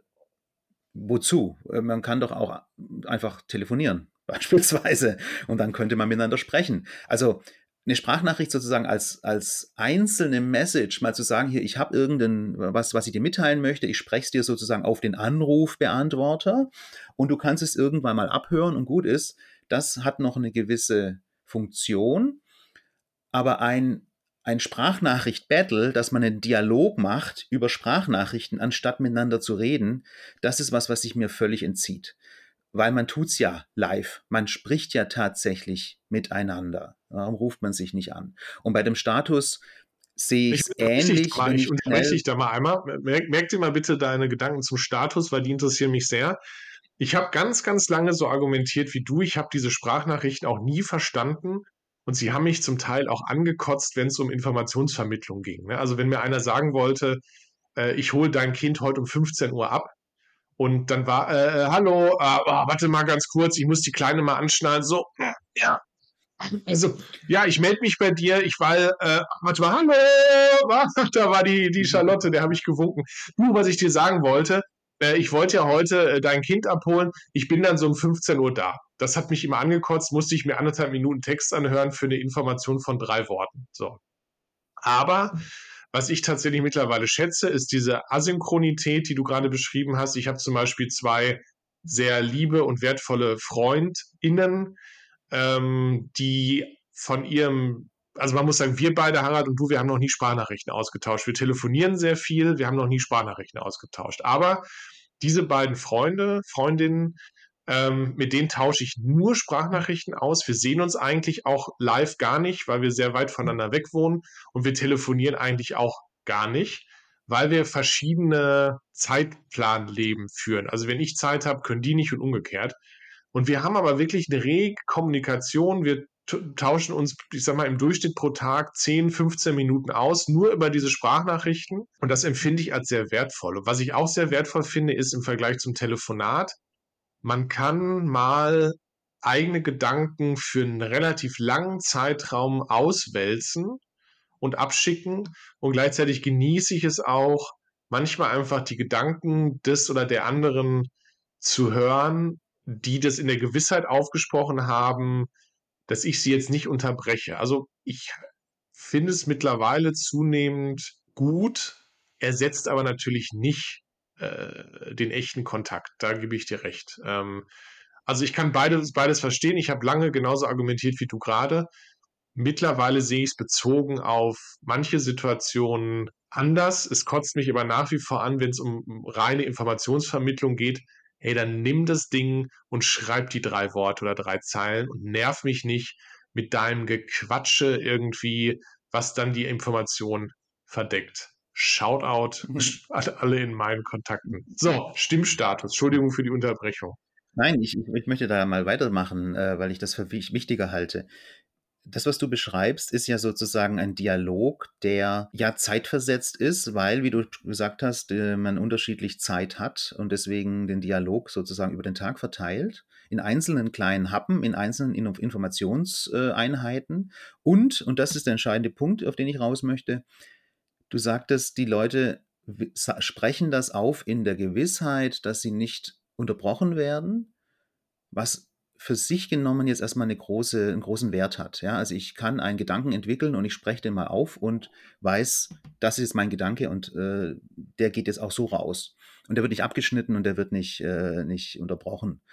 wozu? Man kann doch auch einfach telefonieren, beispielsweise, und dann könnte man miteinander sprechen. Also eine Sprachnachricht sozusagen als, als einzelne Message, mal zu sagen, hier, ich habe irgendein, was, was ich dir mitteilen möchte, ich spreche es dir sozusagen auf den Anrufbeantworter und du kannst es irgendwann mal abhören und gut ist, das hat noch eine gewisse Funktion, aber ein, ein Sprachnachricht-Battle, dass man einen Dialog macht über Sprachnachrichten, anstatt miteinander zu reden, das ist was, was sich mir völlig entzieht. Weil man tut's ja live. Man spricht ja tatsächlich miteinander. Warum ruft man sich nicht an? Und bei dem Status sehe ich Ich es unterbreche dich da ähnlich, mal, wenn ich ich unterbreche schnell. dich da mal einmal. Merk, merk dir mal bitte deine Gedanken zum Status, weil die interessieren mich sehr. Ich habe ganz, ganz lange so argumentiert wie du. Ich habe diese Sprachnachrichten auch nie verstanden und sie haben mich zum Teil auch angekotzt, wenn es um Informationsvermittlung ging. Ne? Also wenn mir einer sagen wollte, äh, ich hole dein Kind heute um fünfzehn Uhr ab und dann war, äh, hallo, äh, oh, warte mal ganz kurz, ich muss die Kleine mal anschnallen. So, ja, also, ja, ich melde mich bei dir, ich war, äh, warte mal, hallo, was? Da war die, die Charlotte, der habe ich gewunken. Du, was ich dir sagen wollte, äh, ich wollte ja heute äh, dein Kind abholen, ich bin dann so um fünfzehn Uhr da. Das hat mich immer angekotzt, musste ich mir anderthalb Minuten Text anhören für eine Information von drei Worten. So. Aber was ich tatsächlich mittlerweile schätze, ist diese Asynchronität, die du gerade beschrieben hast. Ich habe zum Beispiel zwei sehr liebe und wertvolle FreundInnen, ähm, die von ihrem, also man muss sagen, wir beide, Harald und du, wir haben noch nie Sprachnachrichten ausgetauscht. Wir telefonieren sehr viel, wir haben noch nie Sprachnachrichten ausgetauscht. Aber diese beiden Freunde, Freundinnen, ähm, mit denen tausche ich nur Sprachnachrichten aus. Wir sehen uns eigentlich auch live gar nicht, weil wir sehr weit voneinander weg wohnen. Und wir telefonieren eigentlich auch gar nicht, weil wir verschiedene Zeitplanleben führen. Also wenn ich Zeit habe, können die nicht und umgekehrt. Und wir haben aber wirklich eine rege Kommunikation. Wir tauschen uns, ich sag mal, im Durchschnitt pro Tag zehn, fünfzehn Minuten aus, nur über diese Sprachnachrichten. Und das empfinde ich als sehr wertvoll. Und was ich auch sehr wertvoll finde, ist im Vergleich zum Telefonat, man kann mal eigene Gedanken für einen relativ langen Zeitraum auswälzen und abschicken. Und gleichzeitig genieße ich es auch, manchmal einfach die Gedanken des oder der anderen zu hören, die das in der Gewissheit aufgesprochen haben, dass ich sie jetzt nicht unterbreche. Also ich finde es mittlerweile zunehmend gut, ersetzt aber natürlich nicht äh, den echten Kontakt. Da gebe ich dir recht. Ähm, also ich kann beides, beides verstehen. Ich habe lange genauso argumentiert wie du gerade. Mittlerweile sehe ich es bezogen auf manche Situationen anders. Es kotzt mich aber nach wie vor an, wenn es um reine Informationsvermittlung geht. Hey, dann nimm das Ding und schreib die drei Worte oder drei Zeilen und nerv mich nicht mit deinem Gequatsche irgendwie, was dann die Information verdeckt. Shoutout an alle in meinen Kontakten. So, Stimmstatus. Entschuldigung für die Unterbrechung. Nein, ich, ich möchte da mal weitermachen, äh, weil ich das für wich- wichtiger halte. Das, was du beschreibst, ist ja sozusagen ein Dialog, der ja zeitversetzt ist, weil, wie du gesagt hast, äh, man unterschiedlich Zeit hat und deswegen den Dialog sozusagen über den Tag verteilt, in einzelnen kleinen Happen, in einzelnen In- Informationseinheiten. Und, und das ist der entscheidende Punkt, auf den ich raus möchte, du sagtest, die Leute w- sa- sprechen das auf in der Gewissheit, dass sie nicht unterbrochen werden, was für sich genommen jetzt erstmal eine große, einen großen Wert hat. Ja, also ich kann einen Gedanken entwickeln und ich spreche den mal auf und weiß, das ist mein Gedanke und äh, der geht jetzt auch so raus. Und der wird nicht abgeschnitten und der wird nicht, äh, nicht unterbrochen.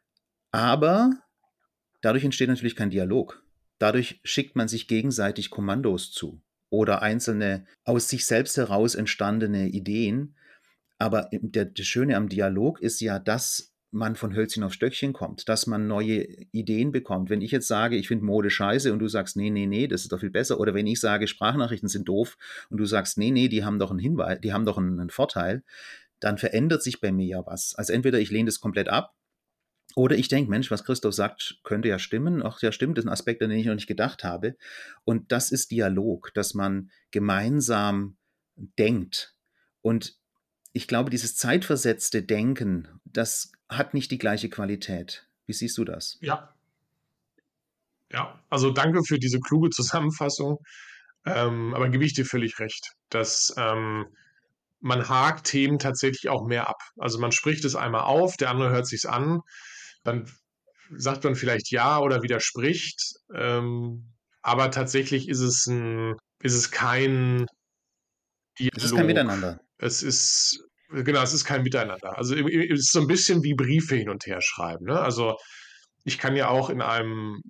Aber dadurch entsteht natürlich kein Dialog. Dadurch schickt man sich gegenseitig Kommandos zu oder einzelne aus sich selbst heraus entstandene Ideen. Aber der, das Schöne am Dialog ist ja, dass man von Hölzchen auf Stöckchen kommt, dass man neue Ideen bekommt. Wenn ich jetzt sage, ich finde Mode scheiße und du sagst, nee, nee, nee, das ist doch viel besser. Oder wenn ich sage, Sprachnachrichten sind doof und du sagst, nee, nee, die haben doch einen Hinweis, die haben doch einen, einen Vorteil, dann verändert sich bei mir ja was. Also entweder ich lehne das komplett ab oder ich denke, Mensch, was Christoph sagt, könnte ja stimmen. Ach ja, stimmt, das ist ein Aspekt, an den ich noch nicht gedacht habe. Und das ist Dialog, dass man gemeinsam denkt. Und ich glaube, dieses zeitversetzte Denken, das hat nicht die gleiche Qualität. Wie siehst du das? Ja, ja. Also danke für diese kluge Zusammenfassung. Ähm, aber gebe ich dir völlig recht, dass ähm, man hakt Themen tatsächlich auch mehr ab. Also man spricht es einmal auf, der andere hört sich's an, dann sagt man vielleicht ja oder widerspricht, ähm, aber tatsächlich ist es ein, ist es kein Es ist kein Dialog. Miteinander. Es ist, genau, es ist kein Miteinander. Also im- im- es ist so ein bisschen wie Briefe hin und her schreiben. Ne? Also ich kann ja auch in einem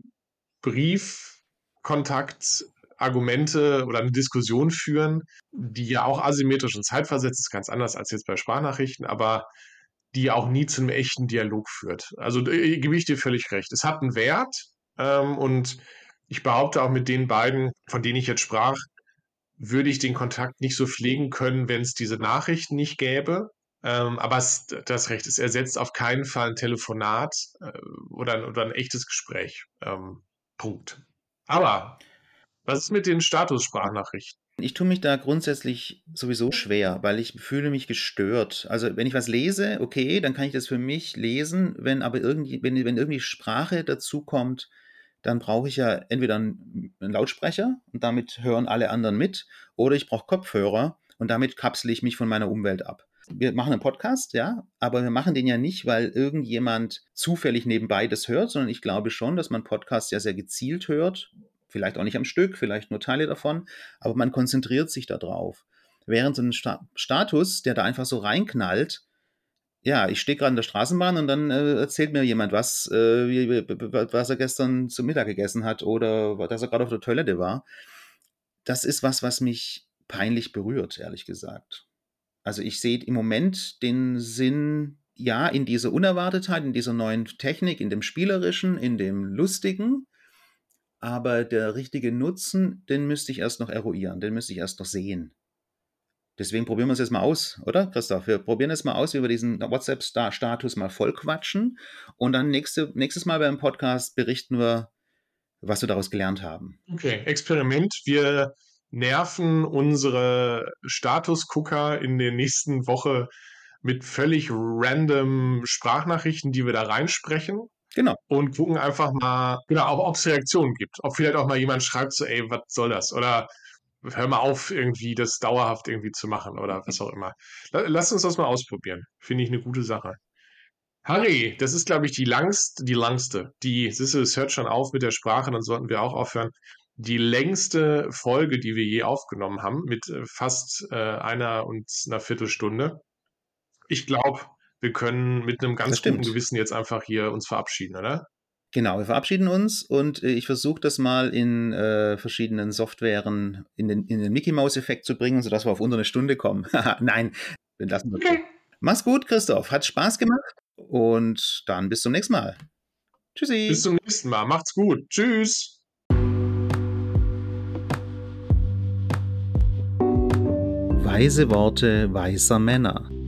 Briefkontakt Argumente oder eine Diskussion führen, die ja auch asymmetrisch und zeitversetzt ist, ganz anders als jetzt bei Sprachnachrichten, aber die ja auch nie zu einem echten Dialog führt. Also äh, gebe ich dir völlig recht. Es hat einen Wert ähm, und ich behaupte auch mit den beiden, von denen ich jetzt sprach, würde ich den Kontakt nicht so pflegen können, wenn es diese Nachrichten nicht gäbe. Ähm, aber es, das Recht, es ersetzt auf keinen Fall ein Telefonat äh, oder, ein- oder ein echtes Gespräch. Ähm, Punkt. Aber was ist mit den Statussprachnachrichten? Ich tue mich da grundsätzlich sowieso schwer, weil ich fühle mich gestört. Also wenn ich was lese, okay, dann kann ich das für mich lesen. Wenn aber irgendwie, wenn, wenn irgendwie Sprache dazu kommt, dann brauche ich ja entweder einen, einen Lautsprecher und damit hören alle anderen mit, oder ich brauche Kopfhörer und damit kapsle ich mich von meiner Umwelt ab. Wir machen einen Podcast, ja, aber wir machen den ja nicht, weil irgendjemand zufällig nebenbei das hört, sondern ich glaube schon, dass man Podcasts ja sehr gezielt hört. Vielleicht auch nicht am Stück, vielleicht nur Teile davon, aber man konzentriert sich da drauf. Während so ein Sta- Status, der da einfach so reinknallt, ja, ich stehe gerade in der Straßenbahn und dann äh, erzählt mir jemand was, äh, wie, wie, was er gestern zum Mittag gegessen hat oder dass er gerade auf der Toilette war. Das ist was, was mich peinlich berührt, ehrlich gesagt. Also ich sehe im Moment den Sinn, ja, in dieser Unerwartetheit, in dieser neuen Technik, in dem Spielerischen, in dem Lustigen, aber der richtige Nutzen, den müsste ich erst noch eruieren, den müsste ich erst noch sehen. Deswegen probieren wir es jetzt mal aus, oder, Christoph? Wir probieren es mal aus, wie wir diesen WhatsApp-Status mal voll quatschen. Und dann nächste, nächstes Mal beim Podcast berichten wir, was wir daraus gelernt haben. Okay, Experiment. Wir nerven unsere Statusgucker in der nächsten Woche mit völlig random Sprachnachrichten, die wir da reinsprechen. Genau. Und gucken einfach mal, genau, ob es Reaktionen gibt. Ob vielleicht auch mal jemand schreibt so, ey, was soll das? Oder hör mal auf, irgendwie das dauerhaft irgendwie zu machen oder was auch immer. La- Lass uns das mal ausprobieren. Finde ich eine gute Sache. Harry, das ist, glaube ich, die langst, die langste. Die, siehst du, es hört schon auf mit der Sprache, dann sollten wir auch aufhören. Die längste Folge, die wir je aufgenommen haben, mit äh, fast äh, einer und einer Viertelstunde. Ich glaube, wir können mit einem Das ganz guten stimmt. Gewissen jetzt einfach hier uns verabschieden, oder? Genau, wir verabschieden uns und äh, ich versuche das mal in äh, verschiedenen Softwaren in den, in den Mickey Mouse-Effekt zu bringen, sodass wir auf unter eine Stunde kommen. Nein, wir lassen das so. Okay. Mach's gut, Christoph. Hat Spaß gemacht und dann bis zum nächsten Mal. Bis Tschüssi. zum nächsten Mal. Macht's gut. Tschüss. Weise Worte weiser Männer.